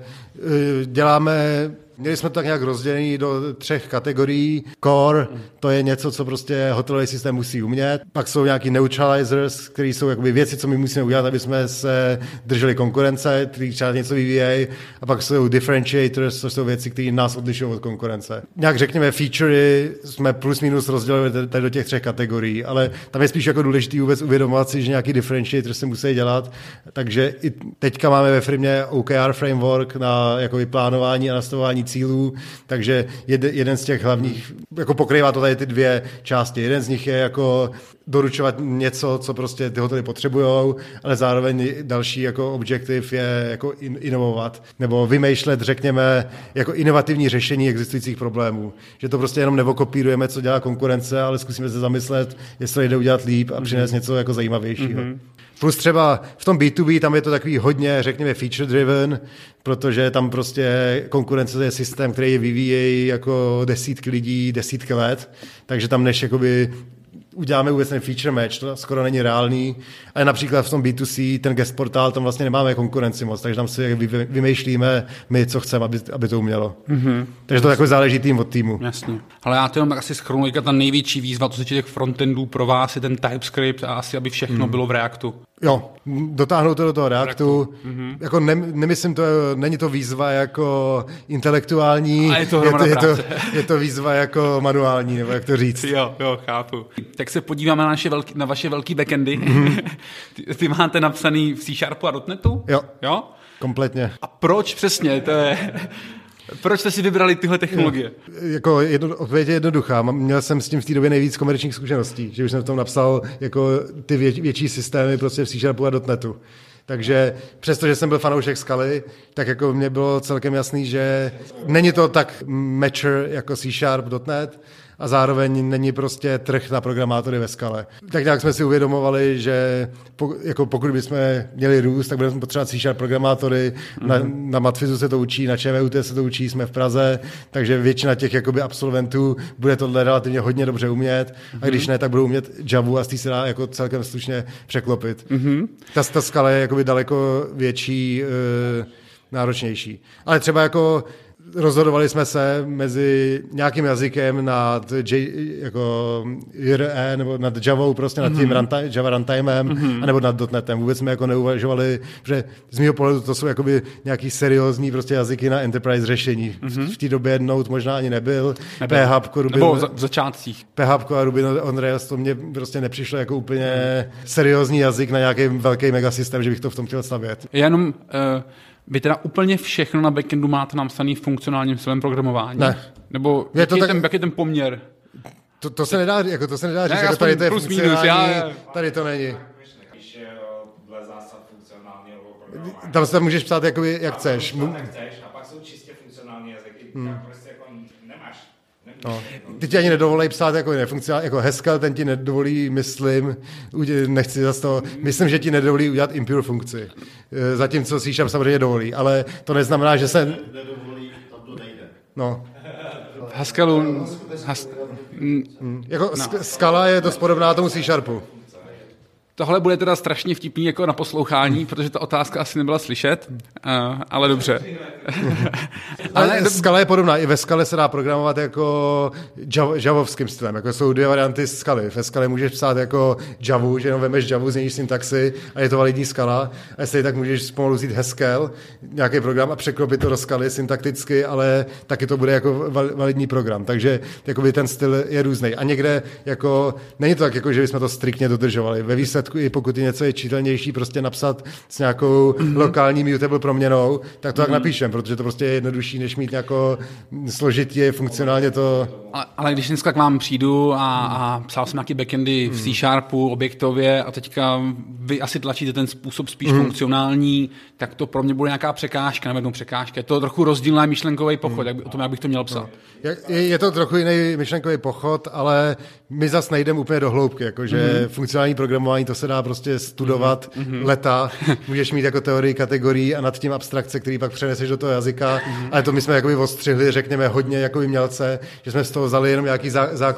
měli jsme to tak nějak rozdělený do 3 kategorií. Core, to je něco, co prostě hotelový systém musí umět. Pak jsou nějaký neutralizers, které jsou jakoby věci, co my musíme udělat, aby jsme se drželi konkurence, který třeba něco vyvíjejí. A pak jsou differentiators, což jsou věci, které nás odlišují od konkurence. Nějak řekněme featurey jsme plus minus rozdělili tady do těch 3 kategorií, ale tam je spíš jako důležitý vůbec uvědomovat si, že nějaký differentiator se musí dělat. Takže i teďka máme ve firmě OKR framework na jakoby plánování a nastavování cílů, takže jeden z těch hlavních, jako pokrývá to tady ty 2 části. Jeden z nich je jako doručovat něco, co prostě ty hotely potřebujou, ale zároveň další jako objektiv je jako inovovat, nebo vymýšlet, řekněme, jako inovativní řešení existujících problémů. Že to prostě jenom nevokopírujeme, co dělá konkurence, ale zkusíme se zamyslet, jestli to jde udělat líp a přinést něco jako zajímavějšího. Plus třeba v tom B2B tam je to takový hodně, řekněme, feature driven, protože tam prostě konkurence je systém, který vyvíjejí jako desítky lidí, desítky let, takže tam než jakoby uděláme vůbec ten feature match, to skoro není reálný. A například v tom B2C, ten guest portál, tam vlastně nemáme konkurenci moc, takže tam si vymýšlíme my, co chceme, aby to umělo. Mm-hmm. Takže to jako záleží tým od týmu. Jasně. Ale já to jenom asi schronu, ta největší výzva, co se těch frontendů pro vás je ten TypeScript a asi, aby všechno bylo v Reactu. Jo, dotáhnout to do toho Reactu. Mm-hmm. Jako nemyslím to, není to výzva jako intelektuální, a je to výzva jako manuální, nebo jak to říct. Jo, chápu. Tak se podíváme na vaše velký backendy. Mm-hmm. Ty máte napsaný v C# a .NETu? Jo? Kompletně. A proč přesně? Proč jste si vybrali tyhle technologie? Jako odpověď je jednoduchá. Měl jsem s tím v té době nejvíc komerčních zkušeností, že už jsem v tom napsal jako ty větší systémy prostě v C# a .NETu. Takže přestože jsem byl fanoušek Scaly, tak jako mě bylo celkem jasný, že není to tak mature jako C# .NET a zároveň není prostě trh na programátory ve Scale. Tak nějak jsme si uvědomovali, že pokud bychom měli růst, tak budeme potřebovat C# programátory, na Matfizu se to učí, na ČVUT se to učí, jsme v Praze, takže většina těch jakoby absolventů bude tohle relativně hodně dobře umět a když ne, tak budou umět Javu a z té se dá jako celkem slušně překlopit. Ta Scala je jakoby daleko větší, náročnější. Ale třeba jako rozhodovali jsme se mezi nějakým jazykem nad jako JRE nebo nad Javou, prostě nad tím Java runtimem, anebo nad .NETem. Vůbec jsme jako neuvažovali, že z mého pohledu to jsou jakoby nějaký seriózní prostě jazyky na enterprise řešení. V té době Node možná ani nebyl. PHP, Ruby, nebo v začátcích. PHP a Ruby on Rails, to mě prostě nepřišlo jako úplně seriózní jazyk na nějaký velký megasystém, že bych to v tom chtěl stavět. Jenom vy teda úplně všechno na backendu máte napsaný v funkcionálním svém programování? Ne. Nebo jak je ten poměr? To se nedá, říct, jako tady to je funkcionální, tady to není. Tam se můžeš psát jakoby, jak chceš. A pak jsou čistě funkcionální jazyky, prostě jako nemáš. No. Ty ti ani nedovolí psát jako nefunkcionální, jako Haskell, ten ti nedovolí, myslím, nechci zase to, myslím, že ti nedovolí udělat impure funkci. Zatímco C# samozřejmě dovolí, ale to neznamená, že se... Nedovolí, tam to nejde. No. Haskellu... Jako Scala je dost podobná tomu C#. Tohle bude teda strašně vtipný jako na poslouchání, protože ta otázka asi nebyla slyšet, ale dobře. Ale Scala je podobná. I ve Scale se dá programovat jako javovským stylem. Jako jsou dvě varianty Scaly. Ve Scale můžeš psát jako Javu, že jenom vemeš Javu, změníš syntaxi a je to validní Scala. A jestli tak můžeš pomalu vzít Haskell, nějaký program a překlopit to do Scaly syntakticky, ale taky to bude jako validní program. Takže jakoby ten styl je různý. A někde jako není to tak, jako, že bychom to striktně dodržovali. Ve výsledku, i pokud je něco je čitelnější, prostě napsat s nějakou lokální mutable proměnou, tak to tak napíšem, protože to prostě je jednodušší, než mít nějakou složitě, funkcionálně to... Ale když dneska k vám přijdu a psal jsem nějaký backendy v C#, objektově a teďka vy asi tlačíte ten způsob spíš funkcionální, tak to pro mě bude nějaká překážka, nebo překážka. Je to trochu rozdílný myšlenkový pochod, o tom, jak bych to měl psat. Je to trochu jiný myšlenkový pochod, ale my zase nejdeme úplně do hloubky, jakože funkcionální programování, to se dá prostě studovat leta, můžeš mít jako teorii kategorií a nad tím abstrakce, který pak přeneseš do toho jazyka, ale to my jsme jakoby ostřihli, řekněme, hodně jako mělce, že jsme z toho vzali jenom nějaký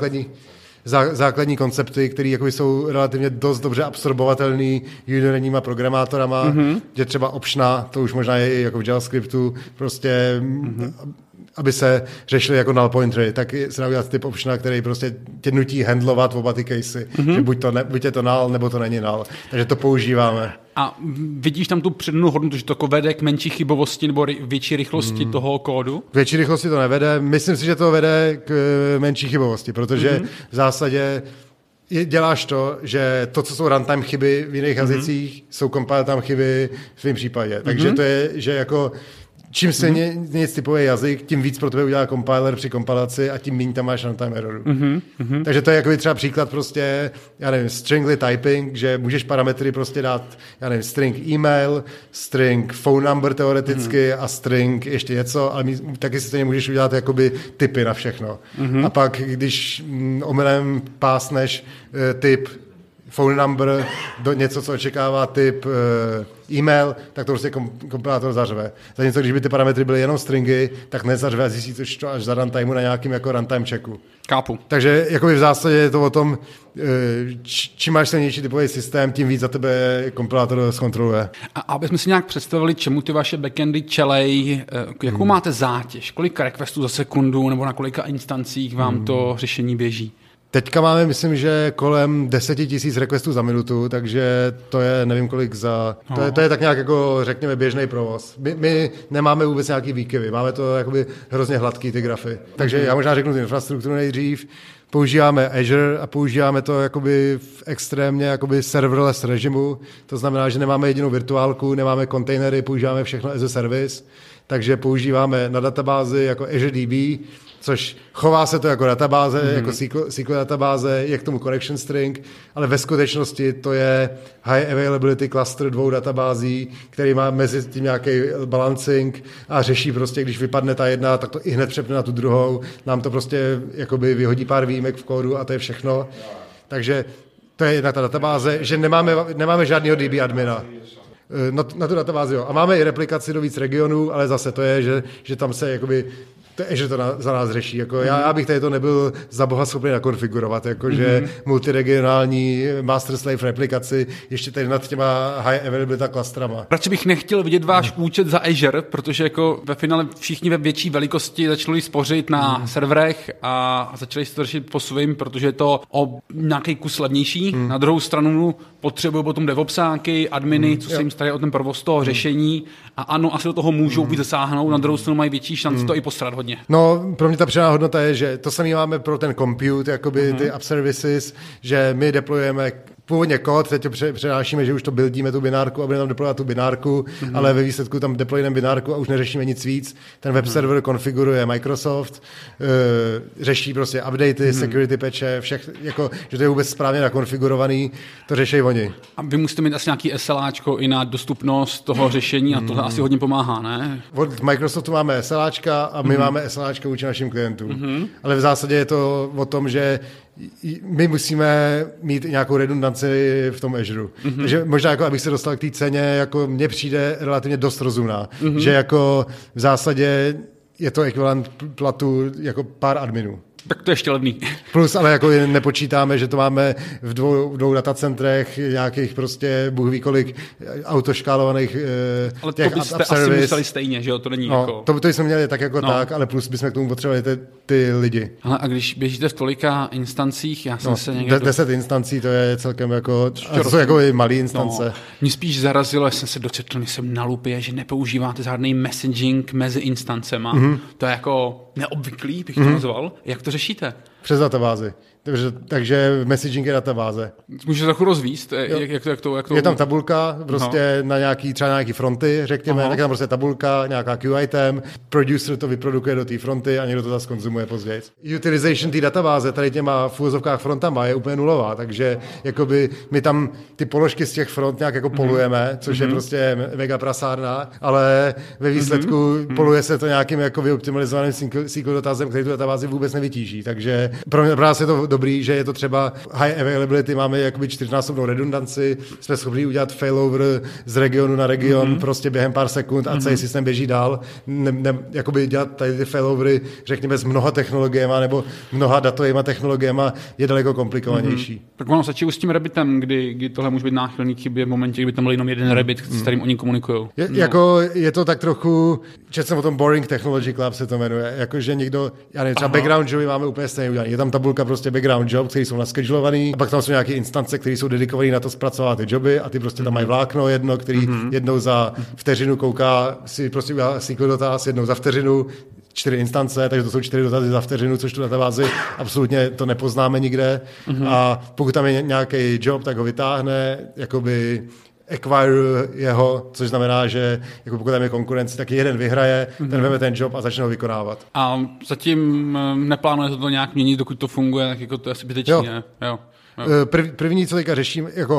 základní koncepty, které jsou relativně dost dobře absorbovatelný juniorníma programátorama, že třeba optiona, to už možná je i jako v JavaScriptu, prostě aby se řešili jako null pointery, tak se dá udělat typ optiona, který prostě tě nutí handlovat oba ty casey, že buď je to null, nebo to není null. Takže to používáme. A vidíš tam tu přednou hodnotu, že to vede k menší chybovosti nebo větší rychlosti toho kódu? Větší rychlosti to nevede. Myslím si, že to vede k menší chybovosti, protože v zásadě děláš to, že to, co jsou runtime chyby v jiných jazycích, jsou compile time chyby v tvém případě. Takže to je, že jako čím se nic typový jazyk, tím víc pro tebe udělá compiler při kompilaci a tím méně tam máš runtime errorů. Takže to je jako třeba příklad prostě, já nevím, stringly typing, že můžeš parametry prostě dát, já nevím, string email, string phone number teoreticky a string ještě něco, ale taky si stejně můžeš udělat jakoby typy na všechno. A pak, když omylem pásneš typ phone number, do něco, co očekává typ e-mail, tak to prostě kompilátor zařve. Zatímco, když by ty parametry byly jenom stringy, tak nezařve a zjistí to až za runtimeu na nějakým jako runtime checku. Kápu. Takže jakoby v zásadě je to o tom, čím máš silnější typový systém, tím víc za tebe kompilátor zkontroluje. A abychom si nějak představili, čemu ty vaše backendy čelej, jakou máte zátěž, kolik requestů za sekundu nebo na kolika instancích vám to řešení běží? Teďka máme, myslím, že kolem 10 000 requestů za minutu, takže to je, nevím kolik za... To je tak nějak jako, řekněme, běžný provoz. My nemáme vůbec nějaký výkyvy, máme to jakoby hrozně hladký ty grafy. Takže já možná řeknu tu infrastrukturu nejdřív. Používáme Azure a používáme to jakoby v extrémně jakoby serverless režimu. To znamená, že nemáme jedinou virtuálku, nemáme kontejnery, používáme všechno as a service. Takže používáme na databázi jako Azure DB, což chová se to jako databáze, jako SQL databáze, je k tomu connection string, ale ve skutečnosti to je high availability cluster 2 databází, který má mezi tím nějaký balancing a řeší prostě, když vypadne ta jedna, tak to i hned přepne na tu druhou. Nám to prostě jakoby vyhodí pár výjimek v kódu a to je všechno. Takže to je jedna ta databáze, že nemáme žádného DB admina. Na tu databázi, jo. A máme i replikaci do víc regionů, ale zase to je, že tam se jakoby že to za nás řeší. Jako já bych tady to nebyl za boha schopný nakonfigurovat, jakože multiregionální master-slave replikaci ještě tady nad těma high availability clusterama. Radši bych nechtěl vidět váš účet za Azure, protože jako ve finále všichni ve větší velikosti začali spořit na serverech a začali si to řešit po svým, protože je to o nějaký kus levnější. Na druhou stranu potřebují potom DevOpsáky, adminy, co se jim starají o ten provoz toho řešení a ano, asi do toho můžou víc zasáhnout, na druhou stranu mají větší šanci to i posrat hodně. No, pro mě ta přidaná hodnota je, že to samé máme pro ten compute, jakoby ty app services, že my deployujeme původně kód, teď to přenášíme, že už to buildíme tu binárku a budeme tam deployovat tu binárku, ale ve výsledku tam deployujeme binárku a už neřešíme nic víc. Ten web server konfiguruje Microsoft, řeší prostě updaty, security patche, jako, že to je vůbec správně nakonfigurovaný, to řeší oni. A vy musíte mít asi nějaký SLAčko i na dostupnost toho řešení a tohle asi hodně pomáhá, ne? Od Microsoftu máme SLAčka a my máme SLAčka vůči našim klientům. Ale v zásadě je to o tom, že my musíme mít nějakou redundanci v tom Azure. Takže možná, jako, abych se dostal k té ceně, jako mně přijde relativně dost rozumná. Že jako v zásadě je to ekvivalent platu jako pár adminů. Tak to je ještě levný. Plus, ale jako nepočítáme, že to máme v dvou datacentrech nějakých prostě bůh ví kolik autoškálovaných ale těch to byste app service. asi museli stejně, že jo? To není jako... To jsme měli tak jako tak, ale plus bychom k tomu potřebovali ty lidi. Hele, a když běžíte v tolika instancích, já jsem se někde... 10 instancí, to je celkem jako... A to jsou jako i malé instance. Mě spíš zarazilo, já jsem se dočetl, když jsem na lupě, že nepoužíváte žádný messaging mezi instancema. To je jako neobvyklý, bych to nazval. Jak to řešíte? Přes databázi. Takže messaging je databáze. Můžete trochu rozvíst? Jak to... Je tam tabulka, prostě na třeba nějaký fronty, řekněme, tak je tam prostě tabulka, nějaká queue item, producer to vyprodukuje do té fronty a někdo to zase konzumuje později. Utilization té databáze tady těma v úvozovkách frontama je úplně nulová, takže jakoby my tam ty položky z těch front nějak jako polujeme, což je prostě mega prasárna, ale ve výsledku poluje se to nějakým jako vyoptimalizovaným SQL dotazem, který tu databázi vůbec nevytíží, takže pro nás je to dobrý, že je to třeba high availability, máme jakoby 4násobnou redundanci, jsme schopni udělat failover z regionu na region prostě během pár sekund a celý systém běží dál. Jakoby dělat tady ty failovery, řekněme, s mnoha technologiemi nebo mnoha datovými technologiemi je daleko komplikovanější. Tak ono stačí s tím Rabbitem, kdy tohle může být náchylný chybě v momentě, kdy tam byl jenom jeden Rabbit, s kterým oni komunikují. Je to tak trochu, četl jsem o tom Boring Technology Club se to jmenuje, jakože někdo, já nevím, třeba background joby máme úplně stejně udělaný. Je tam tabulka prostě background job, který jsou naschedulovaný, a pak tam jsou nějaké instance, které jsou dedikované na to zpracovat ty joby a ty prostě tam mají vlákno jedno, který jednou za vteřinu kouká, si prostě udělá SQL dotaz, jednou za vteřinu, 4 instance, takže to jsou 4 dotazy za vteřinu, což tu databázi absolutně to nepoznáme nikde. A pokud tam je nějaký job, tak ho vytáhne, jakoby acquire jeho, což znamená, že jako pokud tam je konkurence, tak jeden vyhraje, ten veme ten job a začne ho vykonávat. A zatím neplánuje to nějak měnit, dokud to funguje, tak jako to je asi zbytečný, ne? Jo. První, co teďka řeším, jako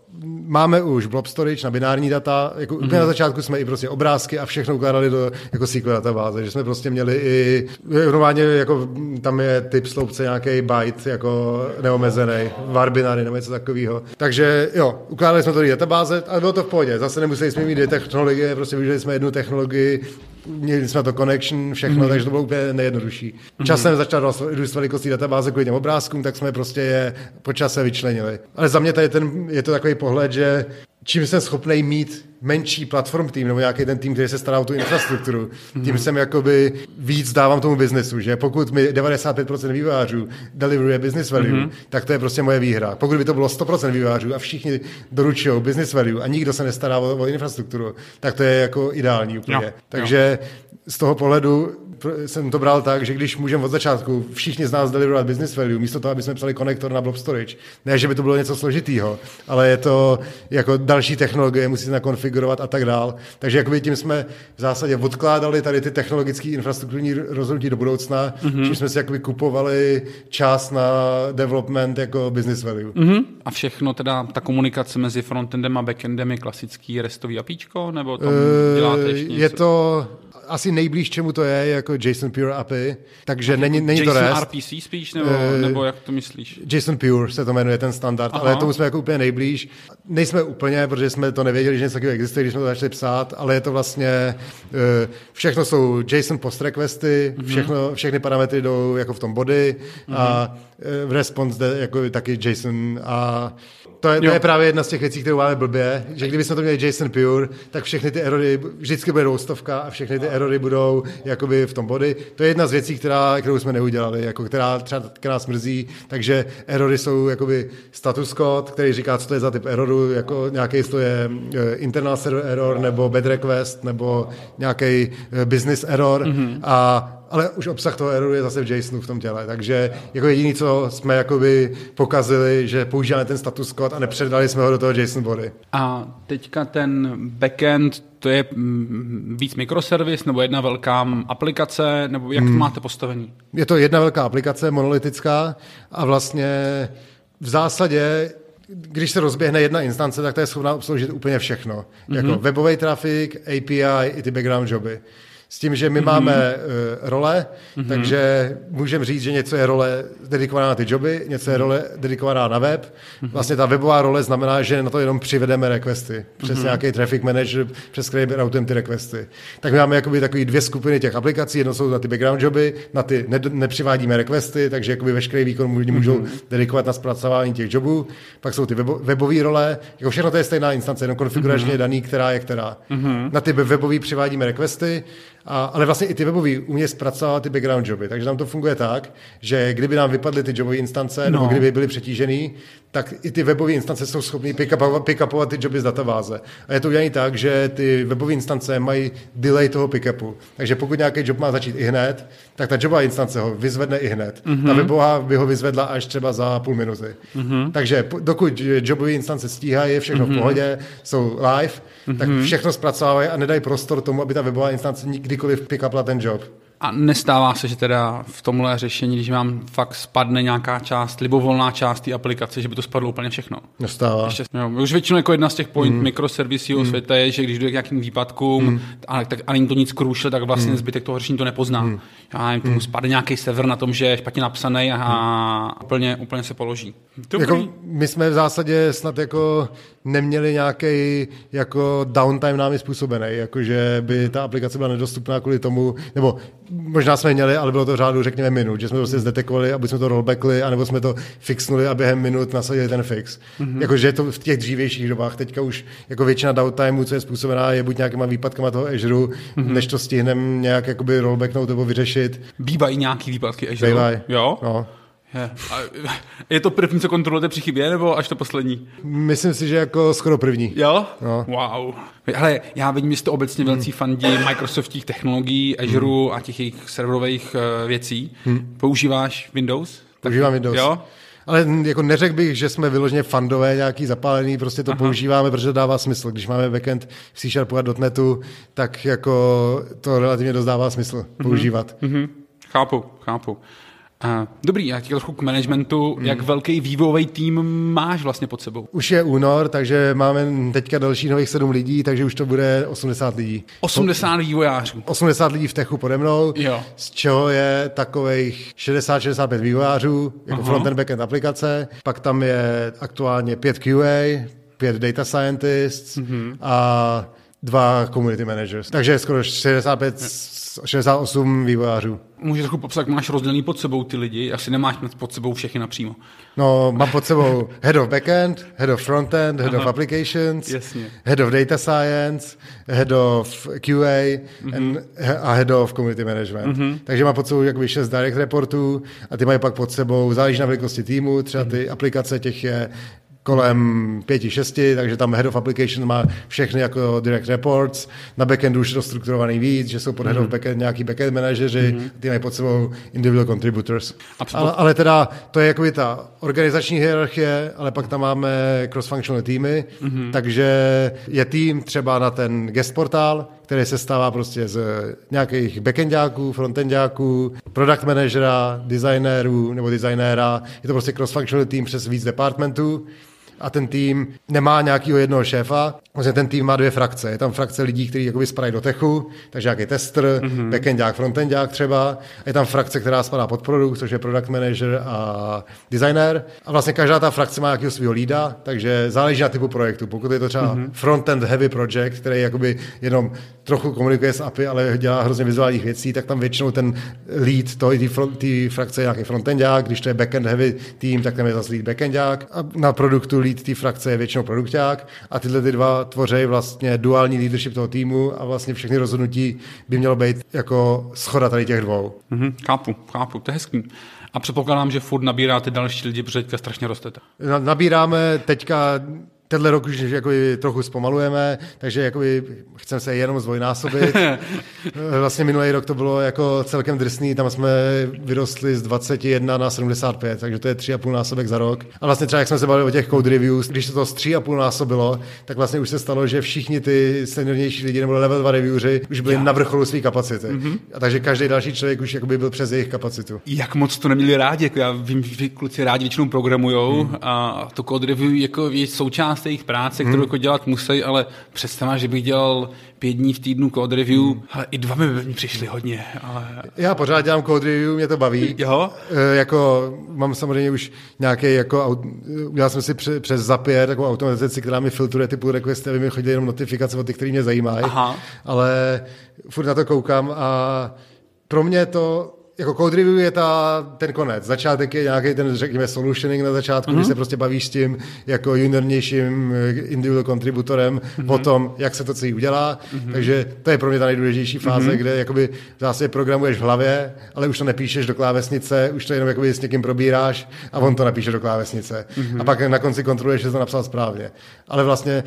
máme už blob storage na binární data, jako úplně na začátku jsme i prostě obrázky a všechno ukládali do jako SQL databáze, že jsme prostě měli i normálně jako tam je typ sloupce nějaký byte jako neomezený, var binary nebo něco takového. Takže jo, ukládali jsme to do databáze, ale bylo to v pohodě. Zase nemuseli jsme mít dvě technologie, prostě využili jsme jednu technologii, měli jsme to connection, všechno, takže to bylo úplně nejjednodušší. Časem začal růst velikosti databáze kvůli těm obrázkům, tak jsme prostě je po čase vyčlenili. Ale za mě tady je to takový pohled, že čím jsem schopný mít menší platform tým nebo nějaký ten tým, který se stará o tu infrastrukturu, tím jsem jakoby víc dávám tomu biznesu, že pokud mi 95% vývojářů deliveruje business value, tak to je prostě moje výhra. Pokud by to bylo 100% vývojářů a všichni doručují business value a nikdo se nestará o infrastrukturu, tak to je jako ideální úplně. Jo, takže z toho pohledu jsem to bral tak, že když můžeme od začátku všichni z nás deliverovat business value, místo toho, aby jsme psali konektor na blob storage, ne, že by to bylo něco složitýho, ale je to jako další technologie, musí se nakonfigurovat a tak dál. Takže jakoby tím jsme v zásadě odkládali tady ty technologické infrastrukturní rozhodnutí do budoucna, čím jsme si jakoby kupovali čas na development jako business value. A všechno teda, ta komunikace mezi frontendem a backendem je klasický restový APIčko, nebo tam děláte ještě něco? Je to asi nejblíž, čemu to je, jako JSON Pure API, takže není to REST. JSON RPC spíš, nebo jak to myslíš? JSON Pure se to jmenuje, ten standard, ale tomu jsme jako úplně nejblíž. Nejsme úplně, protože jsme to nevěděli, že něco takového existuje, když jsme to začali psát, ale je to vlastně, všechno jsou JSON post requesty, všechny parametry jdou jako v tom body a v response jde jako taky JSON a to je právě jedna z těch věcí, kterou máme blbě, že kdybychom to měli JSON Pure, tak všechny ty erory, vždycky bude roustovka a všechny ty erory budou jakoby v tom body. To je jedna z věcí, kterou jsme neudělali, jako která třeba nás mrzí, takže erory jsou jakoby status code, který říká, co to je za typ eroru, jako nějaký to je internal server error, nebo bad request, nebo nějaký business error ale už obsah toho erroru je zase v JSONu v tom těle, takže jako jediný, co jsme jakoby pokazili, že používáme ten status code a nepředali jsme ho do toho JSON body. A teďka ten backend, to je víc mikroservis nebo jedna velká aplikace, nebo jak to máte postavený? Je to jedna velká aplikace, monolitická a vlastně v zásadě když se rozběhne jedna instance, tak to je schopná obsloužit úplně všechno. Jako webový trafik, API i ty background joby. S tím, že my máme role, takže můžeme říct, že něco je role dedikovaná na ty joby, něco je role dedikovaná na web. Vlastně ta webová role znamená, že na to jenom přivedeme requesty přes nějaký traffic manager, přes který routujeme ty requesty. Tak my máme jakoby takový dvě skupiny těch aplikací, jedno jsou na ty background joby, na ty nepřivádíme requesty, takže jakoby veškerý výkon můžou dedikovat na zpracování těch jobů. Pak jsou ty webové role, jako všechno to je stejná instance, jenom konfiguračně daný, která je která. Na ty webové přivádíme requesty, ale vlastně i ty webový umějí zpracovat ty background joby, takže tam to funguje tak, že kdyby nám vypadly ty jobové instance, nebo kdyby byly přetížený, tak i ty webové instance jsou schopný pick-upovat ty joby z databáze. A je to udělané tak, že ty webové instance mají delay toho pick-upu. Takže pokud nějaký job má začít i hned, tak ta jobová instance ho vyzvedne i hned. Ta webová by ho vyzvedla až třeba za půl minuty. Takže dokud jobové instance stíhají, je všechno v pohodě, jsou live, tak všechno zpracovávají a nedají prostor tomu, aby ta webová instance kdykoliv pick-upla ten job. A nestává se, že teda v tomhle řešení, když vám fakt spadne nějaká část, libovolná část té aplikace, že by to spadlo úplně všechno? Nestává. Už většinou jako jedna z těch point mikroservisů světa je, že když dojde k nějakým výpadkům, ale není to nic krůšle, tak vlastně zbytek toho řešení to nepozná. Já nevím, tomu spadne nějaký server na tom, že je špatně napsaný a úplně se položí. Jako, my jsme v zásadě snad jako neměli nějaký jako downtime námi způsobený, jakože by ta aplikace byla nedostupná kvůli tomu, nebo možná jsme měli, ale bylo to v řádu, řekněme, minut, že jsme to prostě zdetekovali, aby jsme to rollbackli, anebo jsme to fixnuli a během minut nasadili ten fix. Jakože to v těch dřívějších dobách, teďka už jako většina downtimeu, co je způsobená, je buď nějakýma výpadkama toho Azure, než to stihneme nějak jakoby rollbacknout nebo vyřešit. Bývají nějaký výpadky Azure? Bývají. Jo? No. Je to první, co kontrolujete při chybě, nebo až to poslední? Myslím si, že jako skoro první. Jo? No. Wow. Hele, já vidím, že jste obecně velcí fandi Microsoftích technologií, Azure a těch jejich serverových věcí. Používáš Windows? Používám Windows. Jo? Ale jako neřekl bych, že jsme vyloženě fandové, nějaký zapálený, prostě to používáme, protože to dává smysl. Když máme backend v C# a .NETu, tak jako to relativně dost dává smysl používat. Chápu. Dobrý, já ti trochu k managementu. Jak velký vývojový tým máš vlastně pod sebou? Už je únor, takže máme teďka další nových 7 lidí, takže už to bude 80 lidí. 80 vývojářů. 80 lidí v techu pode mnou, Jo. z čeho je takových 60-65 vývojářů, jako front-end, back-end aplikace. Pak tam je aktuálně 5 QA, 5 data scientists a 2 community managers. Takže skoro 68 vývojářů. Můžeš trochu popsat, jak máš rozdělený pod sebou ty lidi, asi nemáš pod sebou všechny napřímo. No, mám pod sebou head of backend, head of frontend, head of applications, Jasně. head of data science, head of QA a head of community management. Takže mám pod sebou jakoby 6 direct reportů a ty mají pak pod sebou, záleží na velikosti týmu, třeba ty aplikace těch je kolem 5-6, takže tam Head of Application má všechny jako direct reports, na backendu už je to strukturovaný víc, že jsou pod Head of Backend nějaký backend manažeři, ty mají pod sebou individual contributors. Ale teda to je jakoby ta organizační hierarchie, ale pak tam máme cross-functional týmy, takže je tým třeba na ten guest portál, který se stává prostě z nějakých backendáků, frontendáků, product managera, designérů nebo designéra. Je to prostě cross-functional tým přes víc departmentů. A ten tým nemá nějakého jednoho šéfa, vlastně ten tým má 2 frakce. Je tam frakce lidí, kteří jakoby spadají do techu, takže nějaký tester, backendák, frontendák třeba. A je tam frakce, která spadá pod produkt, což je product manager a designer. A vlastně každá ta frakce má nějakého svého lída, takže záleží na typu projektu. Pokud je to třeba frontend heavy project, který jakoby jenom trochu komunikuje s API, ale dělá hrozně vizuálních věcí, tak tam většinou ten lead té frakce je nějaký frontendák, když to je backend heavy tým, tak tam je zase lead backendák. A na produktu lead té frakce je většinou produkták a tyhle ty dva tvoří vlastně duální leadership toho týmu a vlastně všechny rozhodnutí by mělo být jako shoda tady těch dvou. Chápu, to je hezký. A předpokládám, že furt nabíráte další lidi, protože teďka strašně rostete. Nabíráme teďka, tenhle rok už jakoby trochu zpomalujeme, takže jakoby chceme se jenom zdvojnásobit. Vlastně minulý rok to bylo jako celkem drsný, tam jsme vyrostli z 21 na 75, takže to je 3,5 násobek za rok. A vlastně třeba jak jsme se bavili o těch code reviews, když se to z 3,5 násobilo, tak vlastně už se stalo, že všichni ty seniornější lidi nebo level 2 reviewři už byli na vrcholu své kapacity. A takže každý další člověk už jakoby byl přes jejich kapacitu. Jak moc to neměli rádi, jako já vím, že kluci rádi většinou programujou a to code review jako je součást jejich práce, kterou jako dělat musí, ale představa, že bych dělal 5 dní v týdnu code review, ale i 2 mi přišli hodně. Ale... Já pořád dělám code review, mě to baví. Jo? Jako mám samozřejmě už nějaký, jako, udělal jsem si přes Zapier takovou automatizaci, která mi filtruje ty pull requesty, aby mi chodily jenom notifikace od těch, který mě zajímají. Ale furt na to koukám a pro mě to jako code review je ten konec. Začátek je nějaký ten, řekněme, solutioning na začátku, kdy se prostě bavíš s tím jako juniornějším individual contributorem o tom, jak se to celý udělá. Takže to je pro mě ta nejdůležitější fáze, kde jakoby v zásadě programuješ v hlavě, ale už to nepíšeš do klávesnice, už to jenom jakoby s někým probíráš a on to napíše do klávesnice. A pak na konci kontroluješ, že to napsal správně. Ale vlastně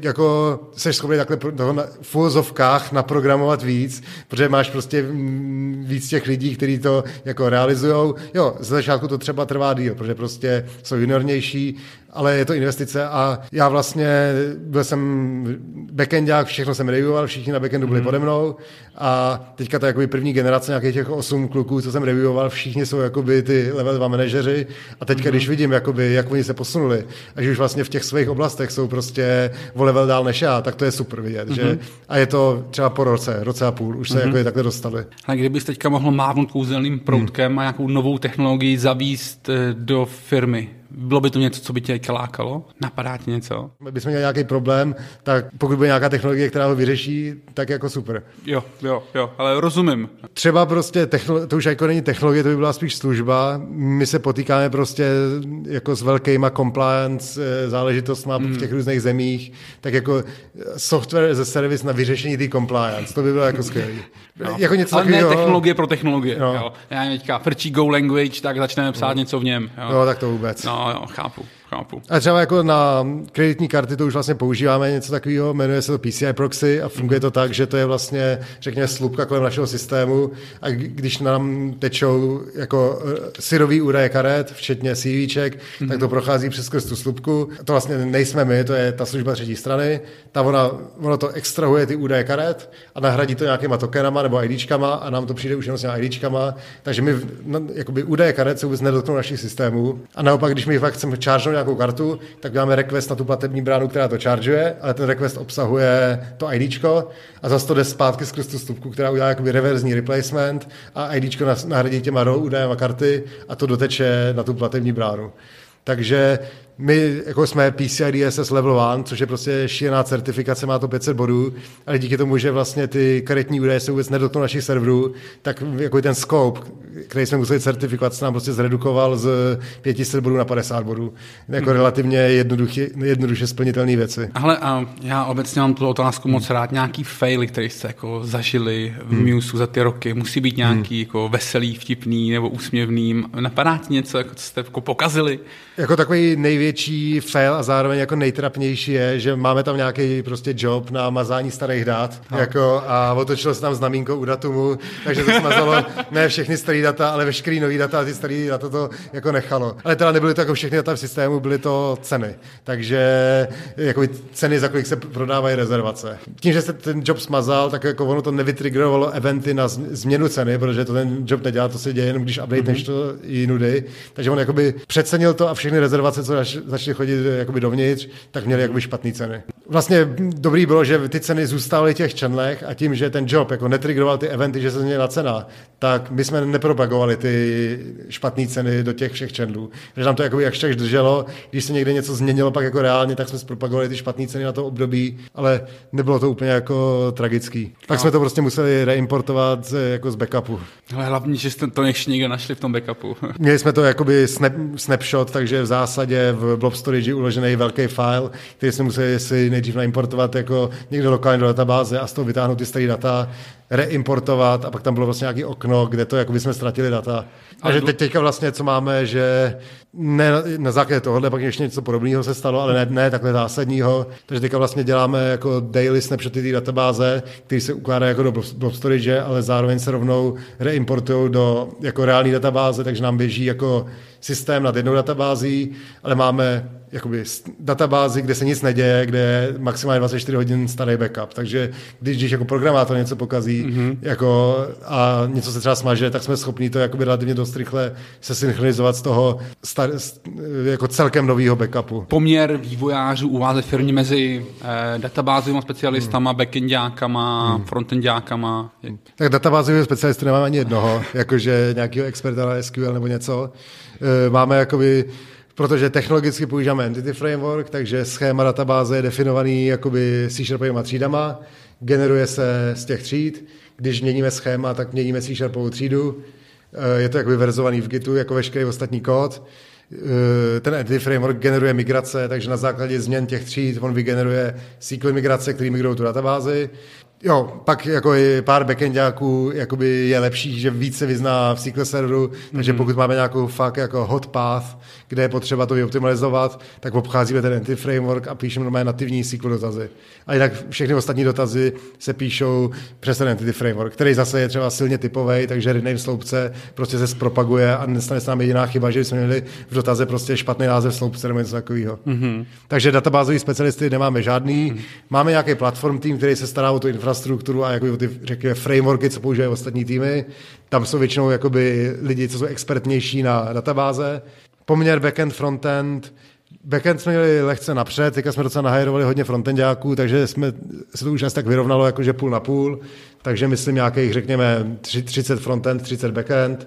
seš schopný takhle v uvozovkách naprogramovat víc, protože máš prostě víc těch lidí, kteří to jako realizujou. Jo, z začátku to třeba trvá díl, protože prostě jsou juniornější, ale je to investice a já vlastně byl jsem backendák, všechno jsem reviewoval, všichni na backendu byli pode mnou a teďka to je jakoby první generace nějakých těch 8 kluků, co jsem reviewoval, všichni jsou jakoby ty level 2 manažeři a teďka, když vidím, jakoby, jak oni se posunuli a že už vlastně v těch svých oblastech jsou prostě o level dál než já, tak to je super vidět, že a je to třeba po roce a půl, už se jako takhle dostali. A kdybys teďka mohl mávnout kouzelným proutkem a nějakou novou technologii zavíst do firmy, bylo by to něco, co by tě lákalo? Napadá ti něco? Kdybychom měli nějaký problém, tak pokud bude nějaká technologie, která ho vyřeší, tak jako super. Jo, ale rozumím. Třeba prostě, to už jako není technologie, to by byla spíš služba. My se potýkáme prostě jako s velkýma compliance záležitostma v těch různých zemích, tak jako software as a service na vyřešení té compliance, to by bylo jako skvělý. No. Jako něco ale takového, ne technologie pro technologie. No. Jo. Já nevím, teďka frčí Go language, tak začneme psát něco v něm. Jo. No, tak to vůbec. No, chápu. Chápu. A třeba jako na kreditní karty to už vlastně používáme něco takového, jmenuje se to PCI proxy a funguje to tak, že to je vlastně, řekněme, slupka kolem našeho systému a když nám tečou jako syrový údaje karet, včetně CVček, tak to prochází přes tu slupku. To vlastně nejsme my, to je ta služba třetí strany. Ono to extrahuje ty údaje karet a nahradí to nějakýma tokenama nebo IDčkama a nám to přijde už jenom s těma IDčkama. Takže my jakoby údaje karet se vůbec nedotknou našich systémů. A naopak, když my fakt chceme chargenout nějakou kartu, tak dáme request na tu platební bránu, která to chargeuje, ale ten request obsahuje to IDčko a zase to jde zpátky skrz tu slupku, která udělá jakoby reverzní replacement a IDčko nahradí těma raw údajema karty a to doteče na tu platební bránu. Takže my jako jsme PCI DSS Level 1, což je prostě šílená certifikace, má to 500 bodů, ale díky tomu, že vlastně ty karetní údaje se vůbec nedotknou našich serverů, tak jako ten scope, který jsme museli certifikovat, se nám prostě zredukoval z 500 bodů na 50 bodů. Jako relativně jednoduše splnitelné věci. Ale já obecně mám tu otázku moc rád. Nějaký faily, které jste jako zažili v Muse za ty roky, musí být nějaký jako veselý, vtipný nebo úsměvný. Napadá ti něco, jako co jste jako pokazili? Jako takový největší fail a zároveň jako nejtrapnější je, že máme tam nějaký prostě job na mazání starých dat jako, a otočilo se tam znamínko u datumu, takže to smazalo ne všechny staré data, ale veškerý nový data a ty staré data to jako nechalo. Ale teda nebyly to jako všechny data v systému, byly to ceny. Takže jako ceny, za kolik se prodávají rezervace. Tím, že se ten job smazal, tak jako ono to nevytriggerovalo eventy na změnu ceny, protože to ten job nedělá, to se děje jenom když updateš to i nudy. Takže on jakoby přecenil to a všechny rezervace, co začaly chodit jakoby dovnitř, tak měly jakoby špatné ceny. Vlastně dobrý bylo, že ty ceny zůstaly v těch channelech a tím, že ten job jako netriggeroval ty eventy, že se změnila cena, tak my jsme nepropagovali ty špatné ceny do těch všech channelů. Takže nám to jakoby jakž tak drželo, když se někde něco změnilo pak jako reálně, tak jsme zpropagovali ty špatné ceny na to období, ale nebylo to úplně jako tragický. Pak jsme to prostě museli reimportovat jako z backupu. Ale hlavně, že jste to ještě někde našli v tom backupu. Měli jsme to jakoby snapshot, takže v zásadě v blob storage uložený velký file, který jsme museli si nejdřív naimportovat jako někde lokálně do databáze a z toho vytáhnout ty staré data, reimportovat a pak tam bylo vlastně nějaký okno, kde to jako by jsme ztratili data. Takže teďka vlastně, co máme, že ne na základě tohohle, pak ještě něco podobného se stalo, ale ne takhle zásadního. Takže teďka vlastně děláme jako daily snapshoty té databáze, který se ukládá jako do blob storage, ale zároveň se rovnou reimportují do jako reální databáze, takže nám běží jako systém nad jednou databází, ale máme jakoby databázi, kde se nic neděje, kde je maximálně 24 hodin starý backup. Takže když jako programátor něco pokazí jako, a něco se třeba smaže, tak jsme schopni to jakoby relativně dost rychle se synchronizovat z toho jako celkem nového backupu. Poměr vývojářů u vás ve firmě mezi databázovými specialistama, backendákama, frontendákama? Tak databázového specialisty nemáme ani jednoho, jakože nějakého experta na SQL nebo něco. Máme jakoby, protože technologicky používáme Entity Framework, takže schéma databáze je definovaný jakoby C-sharpovýma třídama, generuje se z těch tříd, když měníme schéma, tak měníme C-sharpovou třídu, je to jakoby verzovaný v Gitu, jako veškerý ostatní kód. Ten Entity Framework generuje migrace, takže na základě změn těch tříd on vygeneruje SQL migrace, který migrují tu databázi. Jo, pak jako i pár backendáků jakoby je lepší, že víc se vyzná v SQL serveru, takže pokud máme nějakou fakt jako hot path, kde je potřeba to vyoptimalizovat, tak obcházíme ten Entity Framework a píšeme normálně nativní SQL dotazy. A jinak všechny ostatní dotazy se píšou přes ten Entity Framework, který zase je třeba silně typový, takže rename sloupce prostě se zpropaguje a nestane se nám jediná chyba, že jsme měli v dotaze prostě špatný název sloupce nebo něco takového. Takže databázový specialisty nemáme žádný. Máme nějaký platform tým, který se stará o tu infrastrukturu a jako ty, řekněme, frameworky, co používají ostatní týmy. Tam jsou většinou jakoby lidi, co jsou expertnější na databáze. Poměr backend, frontend. Backend jsme měli lehce napřed, teďka jsme docela nahajrovali hodně frontendáků, takže se to už asi tak vyrovnalo jakože půl na půl. Takže myslím nějakých, řekněme, 30 frontend, 30 backend,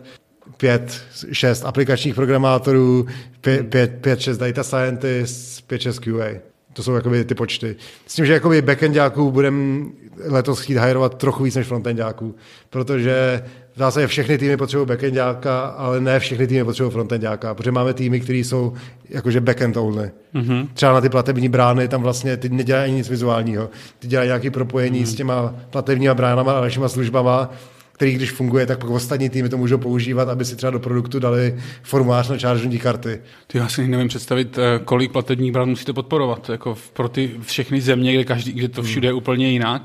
5-6 aplikačních programátorů, 5-6 data scientists, 5-6 QA. To jsou jakoby ty počty. S tím, že jakoby backendáků budeme letos chtít hajrovat trochu víc než frontendáků, protože v zásadě všechny týmy potřebují backendáka, ale ne všechny týmy potřebují frontendáka, protože máme týmy, které jsou jakože backend only. Třeba na ty platební brány, tam vlastně ty nedělají nic vizuálního. Ty dělají nějaké propojení s těma platebníma bránama a dalšíma službama který když funguje, tak pak ostatní týmy to můžou používat, aby si třeba do produktu dali formulář na čáržnutí karty. Já si nevím představit, kolik platebních brán musíte podporovat, jako pro ty všechny země, kde to všude je úplně jinak.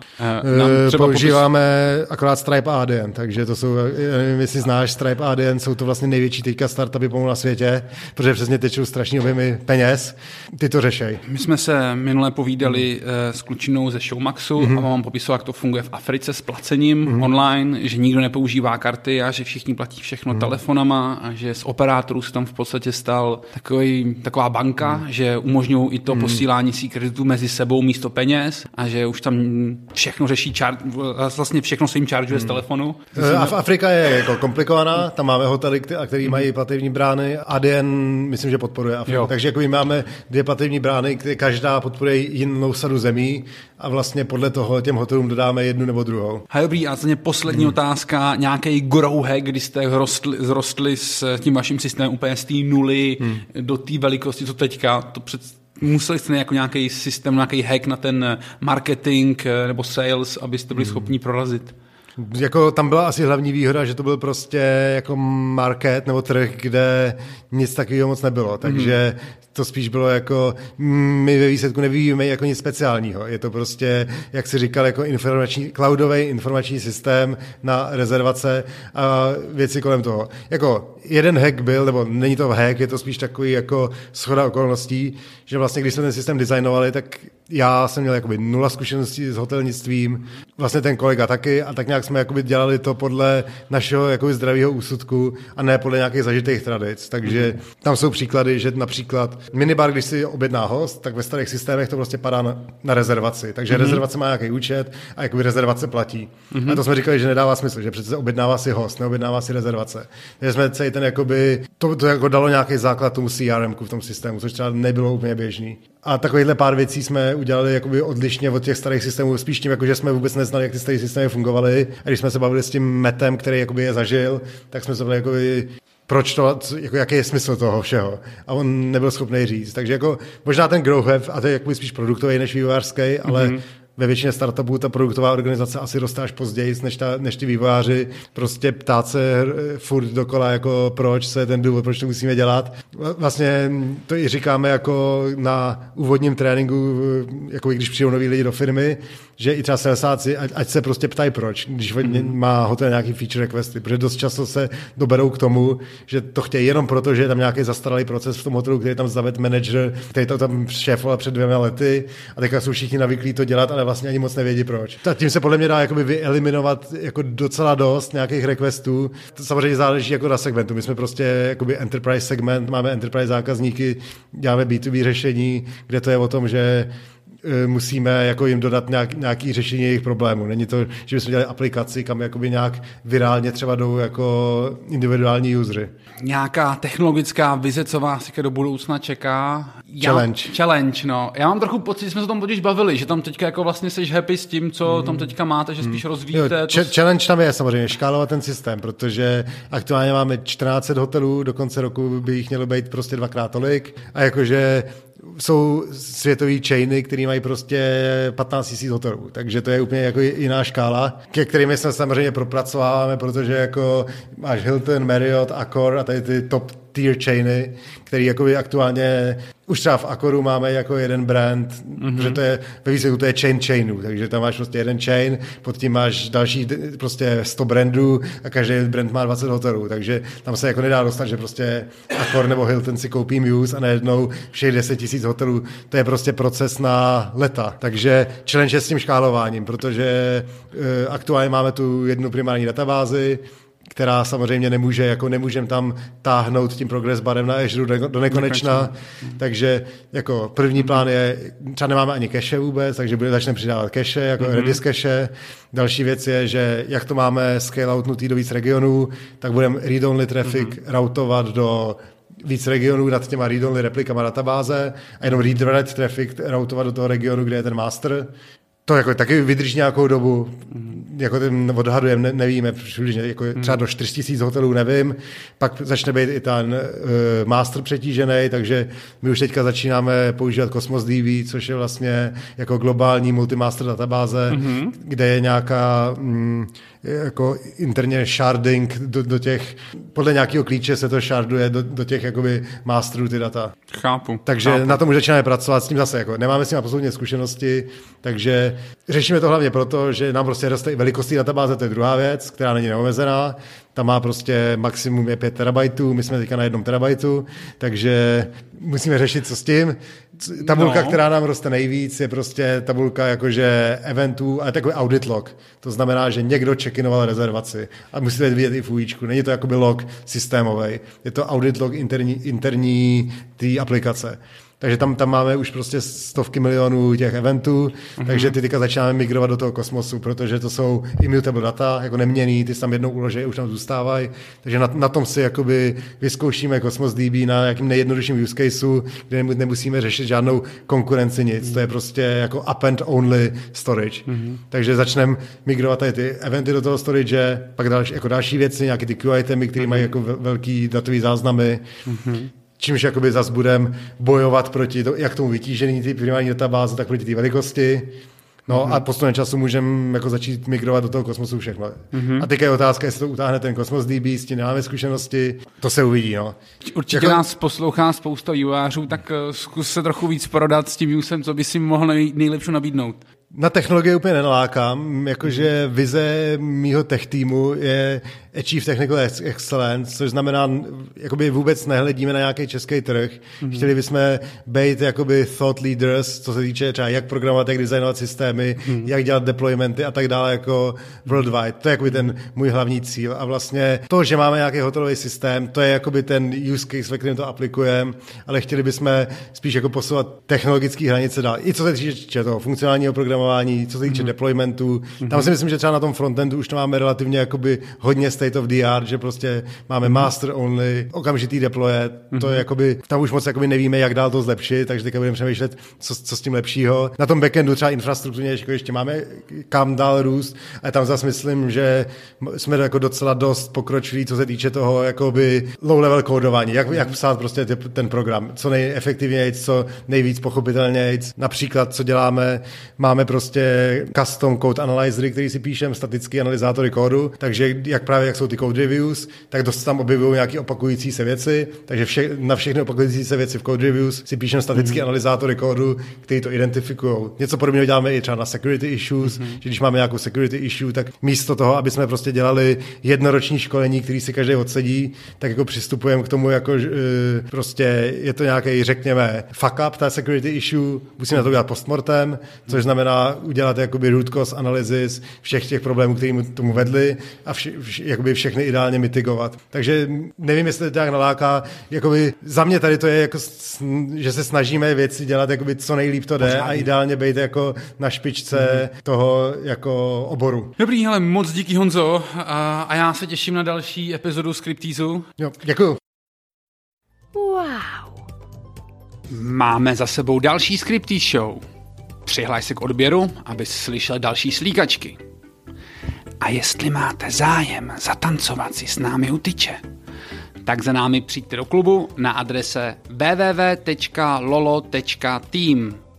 Používáme akorát Stripe a Adyen, takže to jsou, nevím, jestli znáš Stripe a Adyen, jsou to vlastně největší teďka startupy pomalu na světě, protože přesně tečou strašný objemy peněz, ty to řešej. My jsme se minule povídali s klučinou ze Showmaxu a mám popisoval, jak to funguje v Africe s placením online, že nikdo nepoužívá karty a že všichni platí všechno telefonama a že z operátorů se tam v podstatě stal taková banka, že umožňují i to posílání si kreditů mezi sebou místo peněz a že už tam všechno řeší, vlastně všechno se jim chargeuje z telefonu. Afrika je jako komplikovaná, tam máme hotely, který mají platební brány, Adyen myslím, že podporuje Afriku, takže jako máme 2 platební brány, které každá podporuje jinou sadu zemí a vlastně podle toho těm hotelům dodáme jednu nebo druhou. Hej, dobrý, a poslední otázka, nějaký grow hack, kdy jste zrostli s tím vaším systémem úplně z té nuly do té velikosti, co teďka, museli jste jako nějaký systém, nějaký hack na ten marketing nebo sales, abyste byli schopni prorazit? Jako tam byla asi hlavní výhoda, že to byl prostě jako market nebo trh, kde nic takového moc nebylo, takže to spíš bylo jako, my ve výsledku nevyvíjíme jako nic speciálního. Je to prostě, jak si říkal, jako cloudový informační systém na rezervace a věci kolem toho. Jako jeden hack byl, nebo není to hack, je to spíš takový jako shoda okolností, že vlastně, když jsme ten systém designovali, tak já jsem měl jakoby 0 zkušeností s hotelnictvím, vlastně ten kolega taky a tak nějak jsme jakoby dělali to podle našeho jakoby zdravého úsudku a ne podle nějakých zažitých tradic. Takže tam jsou příklady, že například minibar, když si objedná host, tak ve starých systémech to prostě padá na rezervaci. Takže rezervace má nějaký účet a jakoby rezervace platí. A to jsme říkali, že nedává smysl, že přece objednává si host, neobjednává si rezervace. Takže jsme celý ten jakoby, to jako dalo nějaký základ tomu CRM-ku v tom systému, což třeba nebylo úplně běžný. A takovýhle pár věcí jsme udělali jakoby odlišně od těch starých systémů, spíš tím, jako že jsme vůbec neznali, jak ty staré systémy fungovaly. A když jsme se bavili s tím Mattem, který jakoby je zažil, tak jsme se bavili jakoby, proč to, jako jaký je smysl toho všeho. A on nebyl schopný říct. Takže jako možná ten grow hack, a to je jakoby spíš produktový než vývojářský, ale ve většině startupů ta produktová organizace asi roste až později, než ty vývojáři. Prostě ptát se furt dokola, jako proč, co je ten důvod, proč to musíme dělat. Vlastně to i říkáme jako na úvodním tréninku, jako když přijdou noví lidi do firmy, že i třeba salesáci, ať se prostě ptají proč, když má hotel nějaký feature requesty, protože dost často se doberou k tomu, že to chtějí jenom proto, že je tam nějaký zastaralý proces v tom hotelu, který tam zavedl manager, který to tam šéfoval před 2 lety a teďka jsou všichni navyklí to dělat, ale vlastně ani moc nevědí proč. A tím se podle mě dá jakoby vyeliminovat jako docela dost nějakých requestů. To samozřejmě záleží jako na segmentu. My jsme prostě jakoby enterprise segment, máme enterprise zákazníky, děláme B2B řešení, kde to je o tom, že musíme jako jim dodat nějaký řešení jejich problémů. Není to, že bychom dělali aplikaci, kam jakoby nějak virálně třeba jdou jako individuální usery. Nějaká technologická vize, co vás do budoucna čeká? Challenge, no. Já mám trochu pocit, že jsme se tam totiž bavili, že tam teďka jako vlastně seš happy s tím, co tam teďka máte, že spíš rozvíjíte. Challenge tam je samozřejmě, škálovat ten systém, protože aktuálně máme 14 hotelů, do konce roku by jich mělo být prostě 2x tolik a jakože jsou světový chainy, který mají prostě 15 000 hotelů, takže to je úplně jako jiná škála, ke kterými se samozřejmě propracováváme, protože jako máš Hilton, Marriott, Accor a tady ty top tier chainy, který jakoby aktuálně už třeba v Accoru máme jako jeden brand, protože to je ve výsledku to je chain chainů, takže tam máš prostě jeden chain, pod tím máš další prostě 100 brandů a každý brand má 20 hotelů, takže tam se jako nedá dostat, že prostě Accor nebo Hilton si koupí Muse a najednou všech 10 000 hotelů, to je prostě proces na leta, takže challenge je s tím škálováním, protože aktuálně máme tu jednu primární databázi, která samozřejmě nemůžeme tam táhnout tím progress barem na Azure do nekonečna. Takže jako první plán je, třeba nemáme ani cache vůbec, takže začneme přidávat cache, jako Redis cache. Další věc je, že jak to máme scale outnutý do víc regionů, tak budeme read-only traffic routovat do víc regionů nad těma read-only replikama databáze a jenom read-write traffic routovat do toho regionu, kde je ten master. To jako taky vydrží nějakou dobu, jako odhadujeme, nevíme, jako třeba do 4000 hotelů, nevím, pak začne být i ten master přetížený, takže my už teďka začínáme používat Cosmos DB, což je vlastně jako globální multimaster databáze, kde je nějaká jako interně sharding do těch, podle nějakého klíče se to sharduje do těch jakoby masterů ty data. Chápu. Takže na tom už začínáme pracovat, s tím zase jako nemáme s tím absolutně zkušenosti, takže řešíme to hlavně proto, že nám prostě roste i velikostí databáze, to je druhá věc, která není neomezená. Tam má prostě maximum je 5 terabajtů, my jsme teďka na 1 terabajtu, takže musíme řešit, co s tím. Tabulka, která nám roste nejvíc, je prostě tabulka jakože eventů, ale takový audit log. To znamená, že někdo check-inoval rezervaci a musíte vidět i v UIčku. Není to jakoby log systémový, je to audit log interní té aplikace. Takže tam máme už prostě stovky milionů těch eventů, takže ty teďka začínáme migrovat do toho Kosmosu, protože to jsou immutable data, jako neměnný, ty tam jednou uloží, už tam zůstávají. Takže na tom si jakoby vyzkoušíme Cosmos DB na jakým nejjednodušším use caseu, kde nemusíme řešit žádnou konkurenci, nic. To je prostě jako append only storage. Takže začneme migrovat tady ty eventy do toho storage, pak další věci, nějaké ty QI itemy, které mají jako velký datový záznamy. Čímž jakoby zas budeme bojovat proti jak tomu vytížení ty primární databáze, tak proti té velikosti. No a postupem času můžeme jako začít migrovat do toho Kosmosu všechno. A teďka je otázka, jestli to utáhne ten Cosmos DB, s tím nemáme zkušenosti, to se uvidí. No. Určitě nás poslouchá spousta vývojářů, tak zkus se trochu víc prodat s tím usem, co by si mohl nejlepší nabídnout. Na technologie úplně nenalákám, jakože vize mýho tech týmu je Achieve Technical Excellence, což znamená, jakoby vůbec nehledíme na nějaký český trh. Chtěli bychom být jakoby thought leaders, co se týče třeba jak programovat, jak designovat systémy, jak dělat deploymenty a tak dále jako worldwide. To je jakoby ten můj hlavní cíl. A vlastně to, že máme nějaký hotelový systém, to je jakoby ten use case, ve kterém to aplikujeme, ale chtěli bychom spíš jako posouvat technologické hranice dál. I co se týče toho funkcionálního programování, co se týče deploymentu. Tam si myslím, že třeba na tom frontendu už to máme relativně jakoby hodně state of the art, že prostě máme master only, okamžitý deploye, to je jakoby, tam už moc jakoby nevíme, jak dál to zlepšit, takže teďka budeme přemýšlet, co s tím lepšího. Na tom backendu třeba infrastrukturně ještě máme kam dál růst, ale tam zase myslím, že jsme jako docela dost pokročilí, co se týče toho jakoby low level kódování, jak psát prostě ten program, co nejefektivněji, co nejvíc pochopitelněji. Například, co děláme, máme prostě custom code analyzery, který si píšeme, statický analyzátory kódu, takže jak jsou ty code reviews, tak dost tam objevují nějaké opakující se věci, takže na všechny opakující se věci v code reviews si píšeme statický analyzátory kódu, který to identifikují. Něco podobného děláme i třeba na security issues, že když máme nějakou security issue, tak místo toho, aby jsme prostě dělali jednoroční školení, který si každý odsedí, tak jako přistupujeme k tomu jako prostě je to nějaký, řekněme, fuck up, ta security issue, musíme na to udělat postmortem, což znamená udělat jakoby root cause analysis všech těch problémů, který tomu vedli a jakoby všechny ideálně mitigovat. Takže nevím, jestli to tak naláká, jakoby za mě tady to je jako, že se snažíme věci dělat jakoby co nejlíp to jde a ideálně být jako na špičce toho jako oboru. Dobrý, hele, moc díky Honzo a já se těším na další epizodu Scripteasu. Jo, děkuju. Wow. Máme za sebou další Scriptease show. Přihlaj se k odběru, abys slyšel další slíkačky. A jestli máte zájem zatancovat si s námi u tyče, tak za námi přijďte do klubu na adrese www.lolo.team.